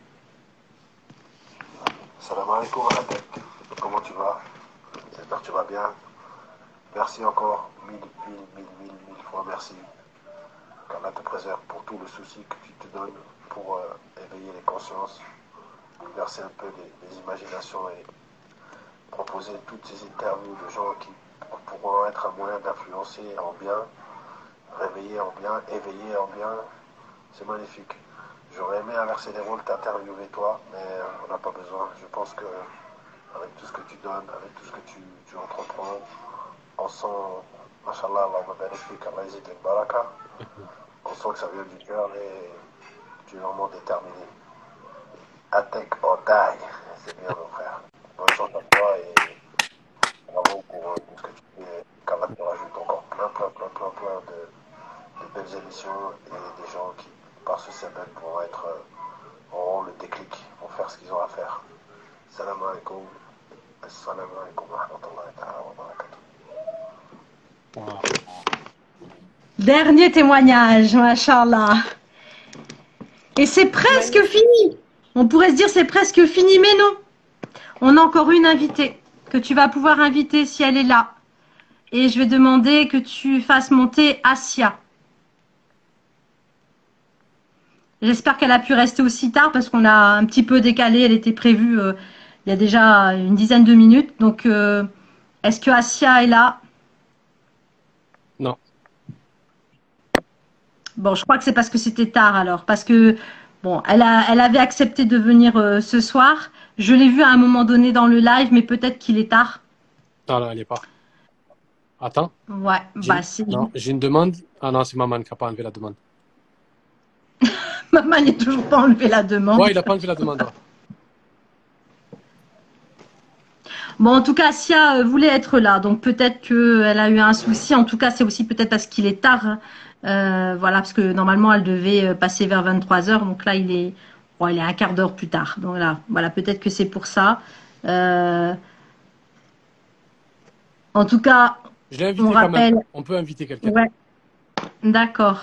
Salam alaikum Atek. Comment tu vas? J'espère que tu vas bien. Merci encore. Mille fois merci. Qu'Allah te préserve pour tout le souci que tu te donnes pour éveiller les consciences, bouleverser un peu les imaginations et proposer toutes ces interviews de gens qui pourront être un moyen d'influencer en bien, réveiller en bien, éveiller en bien. C'est magnifique. J'aurais aimé inverser les rôles, t'interviewer toi, mais on n'a pas besoin. Je pense que avec tout ce que tu donnes, avec tout ce que tu entreprends, on sent, Mashallah, Allah barik, Allah yazid al-baraka. On sent que ça vient du cœur et tu es vraiment déterminé. Atek or die, c'est bien mon frère. Bonne chance à toi et bravo pour ce que tu fais. Qu'Allah te rajoute encore plein de belles émissions et des gens qui, par ce sabbat, auront le déclic, vont faire ce qu'ils ont à faire. Salam alaikum. Assalamu alaikum wa rahmatullahi ta'ala wa barakatuh. Dernier témoignage, machallah. Et c'est presque fini. On pourrait se dire c'est presque fini, mais non. On a encore une invitée que tu vas pouvoir inviter si elle est là. Et je vais demander que tu fasses monter Asia. J'espère qu'elle a pu rester aussi tard parce qu'on a un petit peu décalé. Elle était prévue il y a déjà une dizaine de minutes. Donc, est-ce que Asia est là? Non. Bon, je crois que c'est parce que c'était tard alors. Parce que, bon, elle avait accepté de venir ce soir. Je l'ai vue à un moment donné dans le live, mais peut-être qu'il est tard. Non, elle n'est pas. Attends. Ouais, c'est... Non, j'ai une demande. Ah non, c'est Maman qui n'a pas enlevé la demande. Maman n'a toujours pas enlevé la demande. Ouais, il n'a pas enlevé la demande. Ouais. Bon, en tout cas, Sia voulait être là, donc peut-être qu'elle a eu un souci. En tout cas, c'est aussi peut-être parce qu'il est tard. Voilà, parce que normalement, elle devait passer vers 23 h. Donc là, il est un quart d'heure plus tard. Donc là, voilà, peut-être que c'est pour ça. En tout cas, je l'ai invité quand même. On peut inviter quelqu'un. Ouais. D'accord.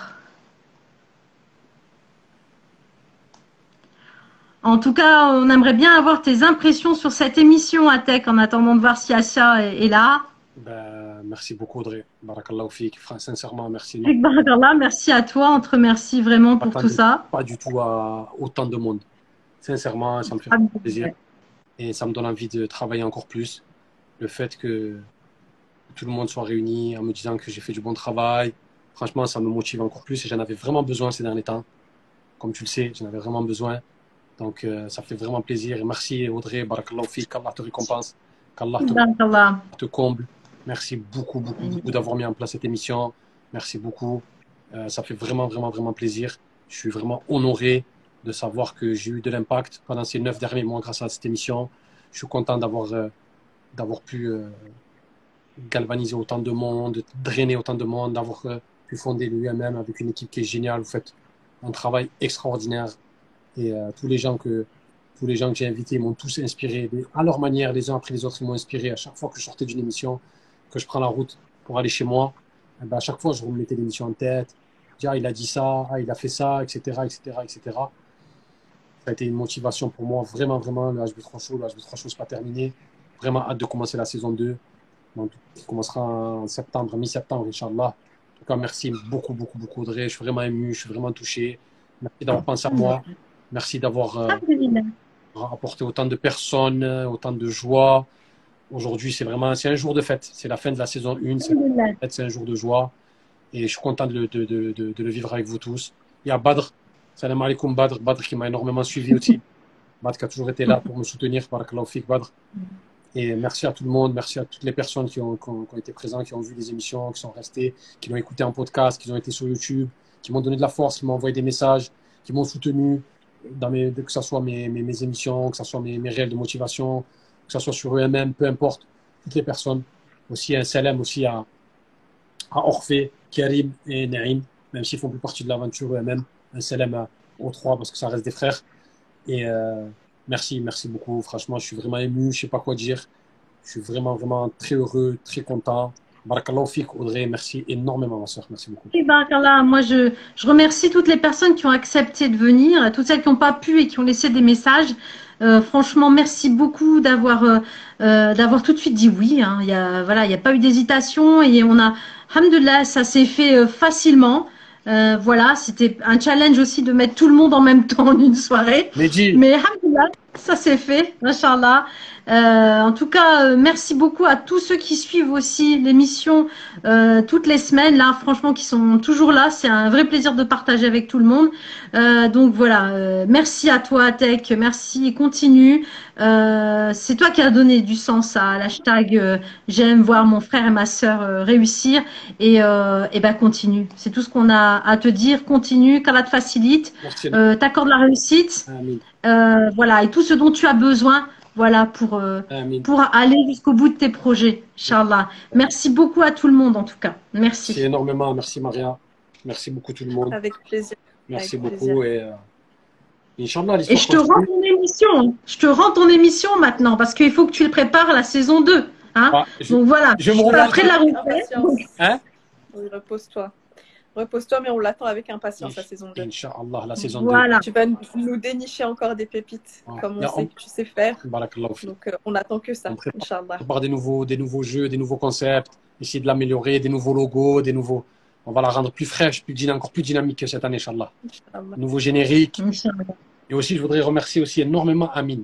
En tout cas, on aimerait bien avoir tes impressions sur cette émission, Atek, en attendant de voir si Asia est là. Merci beaucoup, Audrey. Barakallahu fik. Sincèrement, merci. Barakallah, merci à toi. On te remercie vraiment pour tout ça. Pas du tout à autant de monde. Sincèrement, ça me fait plaisir. Et ça me donne envie de travailler encore plus. Le fait que tout le monde soit réuni en me disant que j'ai fait du bon travail, franchement, ça me motive encore plus. Et j'en avais vraiment besoin ces derniers temps. Comme tu le sais, j'en avais vraiment besoin. Donc, ça fait vraiment plaisir. Et merci, Audrey. Barakallahu fik. Qu'Allah te récompense. Qu'Allah te comble. Merci beaucoup d'avoir mis en place cette émission. Merci beaucoup. Ça fait vraiment plaisir. Je suis vraiment honoré de savoir que j'ai eu de l'impact pendant ces 9 derniers mois grâce à cette émission. Je suis content d'avoir pu galvaniser autant de monde, drainer autant de monde, d'avoir pu fonder l'UMM avec une équipe qui est géniale. Vous faites un travail extraordinaire. Et tous les gens que j'ai invités m'ont tous inspiré à leur manière, les uns après les autres, ils m'ont inspiré à chaque fois que je sortais d'une émission, que je prends la route. pour aller chez moi, eh ben, à chaque fois, je remettais l'émission en tête. Je dis, ah, il a dit ça, ah, il a fait ça, etc., etc., etc. Ça a été une motivation pour moi, vraiment, vraiment. Le HB3 Show, c'est pas terminé. Vraiment hâte de commencer la saison 2. Donc, qui commencera en septembre, mi-septembre, Inch'Allah. En tout cas, merci beaucoup, beaucoup, beaucoup, Audrey. Je suis vraiment ému, je suis vraiment touché. Merci d'avoir pensé à moi. Merci d'avoir apporté autant de personnes, autant de joie. Aujourd'hui, c'est un jour de fête. C'est la fin de la saison 1. C'est un jour de joie. Et je suis content de le vivre avec vous tous. Il y a Badr. Salam alaikum Badr. Badr qui m'a énormément suivi aussi. Badr qui a toujours été là pour me soutenir. Barakallahu fik Badr. Et merci à tout le monde. Merci à toutes les personnes qui ont été présentes, qui ont vu les émissions, qui sont restées, qui l'ont écouté en podcast, qui ont été sur YouTube, qui m'ont donné de la force, qui m'ont envoyé des messages, qui m'ont soutenu, que ce soit mes émissions, que ce soit mes réels de motivation, que ce soit sur EMM, peu importe, toutes les personnes. Aussi un salam aussi à Orphée, Karim et Naïm, même s'ils font plus partie de l'aventure EMM. Un salam aux trois parce que ça reste des frères. Et merci beaucoup. Franchement, je suis vraiment ému, je sais pas quoi dire. Je suis vraiment, vraiment très heureux, très content. Barakallahu fik, Audrey, merci énormément, ma soeur. Merci beaucoup. Et barakallah, moi je remercie toutes les personnes qui ont accepté de venir, toutes celles qui n'ont pas pu et qui ont laissé des messages. Franchement, merci beaucoup d'avoir tout de suite dit oui. Hein. Il y a pas eu d'hésitation et alhamdoulilah, ça s'est fait facilement. Voilà, c'était un challenge aussi de mettre tout le monde en même temps en une soirée. Mais alhamdoulilah, ça s'est fait, machallah. En tout cas, merci beaucoup à tous ceux qui suivent aussi l'émission toutes les semaines, là, franchement, qui sont toujours là. C'est un vrai plaisir de partager avec tout le monde. Donc voilà, merci à toi, Atek, merci, continue. C'est toi qui as donné du sens à l'hashtag j'aime voir mon frère et ma sœur réussir. Et ben continue. C'est tout ce qu'on a à te dire. Continue, qu'Allah te facilite, t'accorde la réussite. Voilà, et tout ce dont tu as besoin. Voilà, pour aller jusqu'au bout de tes projets, Inch'Allah. Merci beaucoup à tout le monde, en tout cas. Merci. Merci énormément. Merci, Maria. Merci beaucoup, tout le monde. Avec plaisir. Merci Avec beaucoup. plaisir. Et Inch'Allah, et je te rends ton émission. Je te rends ton émission maintenant, parce qu'il faut que tu le prépares la saison 2. Hein. Donc voilà, après la refaire. Hein? Oui, repose-toi. Repose-toi, mais on l'attend avec impatience, la saison 2. Inch'Allah, la saison 2. Voilà. Tu vas nous dénicher encore des pépites, comme on sait que tu sais faire. Donc, on n'attend que ça, Inch'Allah. On prépare des nouveaux jeux, des nouveaux concepts, essayer de l'améliorer, des nouveaux logos, On va la rendre plus fraîche, encore plus dynamique que cette année, Inch'Allah. Nouveau générique. Et aussi, je voudrais remercier aussi énormément Amine.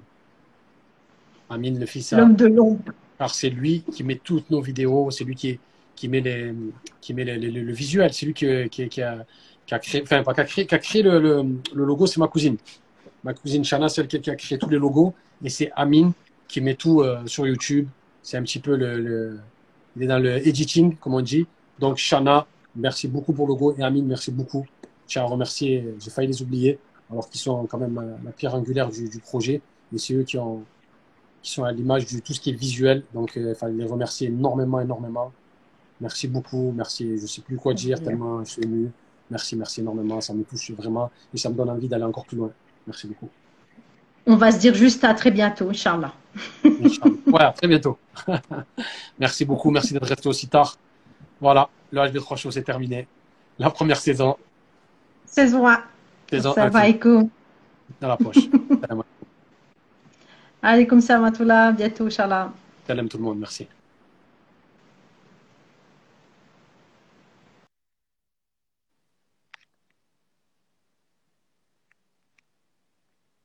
Amine, le fils. L'homme de l'ombre. Car c'est lui qui met toutes nos vidéos, c'est lui qui met le visuel, c'est lui qui a créé le logo, c'est ma cousine. Ma cousine Shana, celle qui a créé tous les logos, et c'est Amine qui met tout sur YouTube. C'est un petit peu il est dans le editing, comme on dit. Donc Shana, merci beaucoup pour le logo, et Amine, merci beaucoup. Je tiens à remercier, j'ai failli les oublier, alors qu'ils sont quand même la pierre angulaire du projet, mais c'est eux qui sont à l'image de tout ce qui est visuel, donc il fallait les remercier énormément. Merci beaucoup, merci, je ne sais plus quoi dire, tellement je suis ému. Merci énormément, ça me touche vraiment et ça me donne envie d'aller encore plus loin. Merci beaucoup. On va se dire juste à très bientôt, Inch'Allah. Ouais, à très bientôt. Merci beaucoup, merci d'être resté aussi tard. Voilà, le HB3 Show c'est terminé. La première saison. Saison 1. Ça va, Eko. Dans la poche. Allez, comme ça, Matoula, bientôt, Inch'Allah. Salam tout le monde, merci.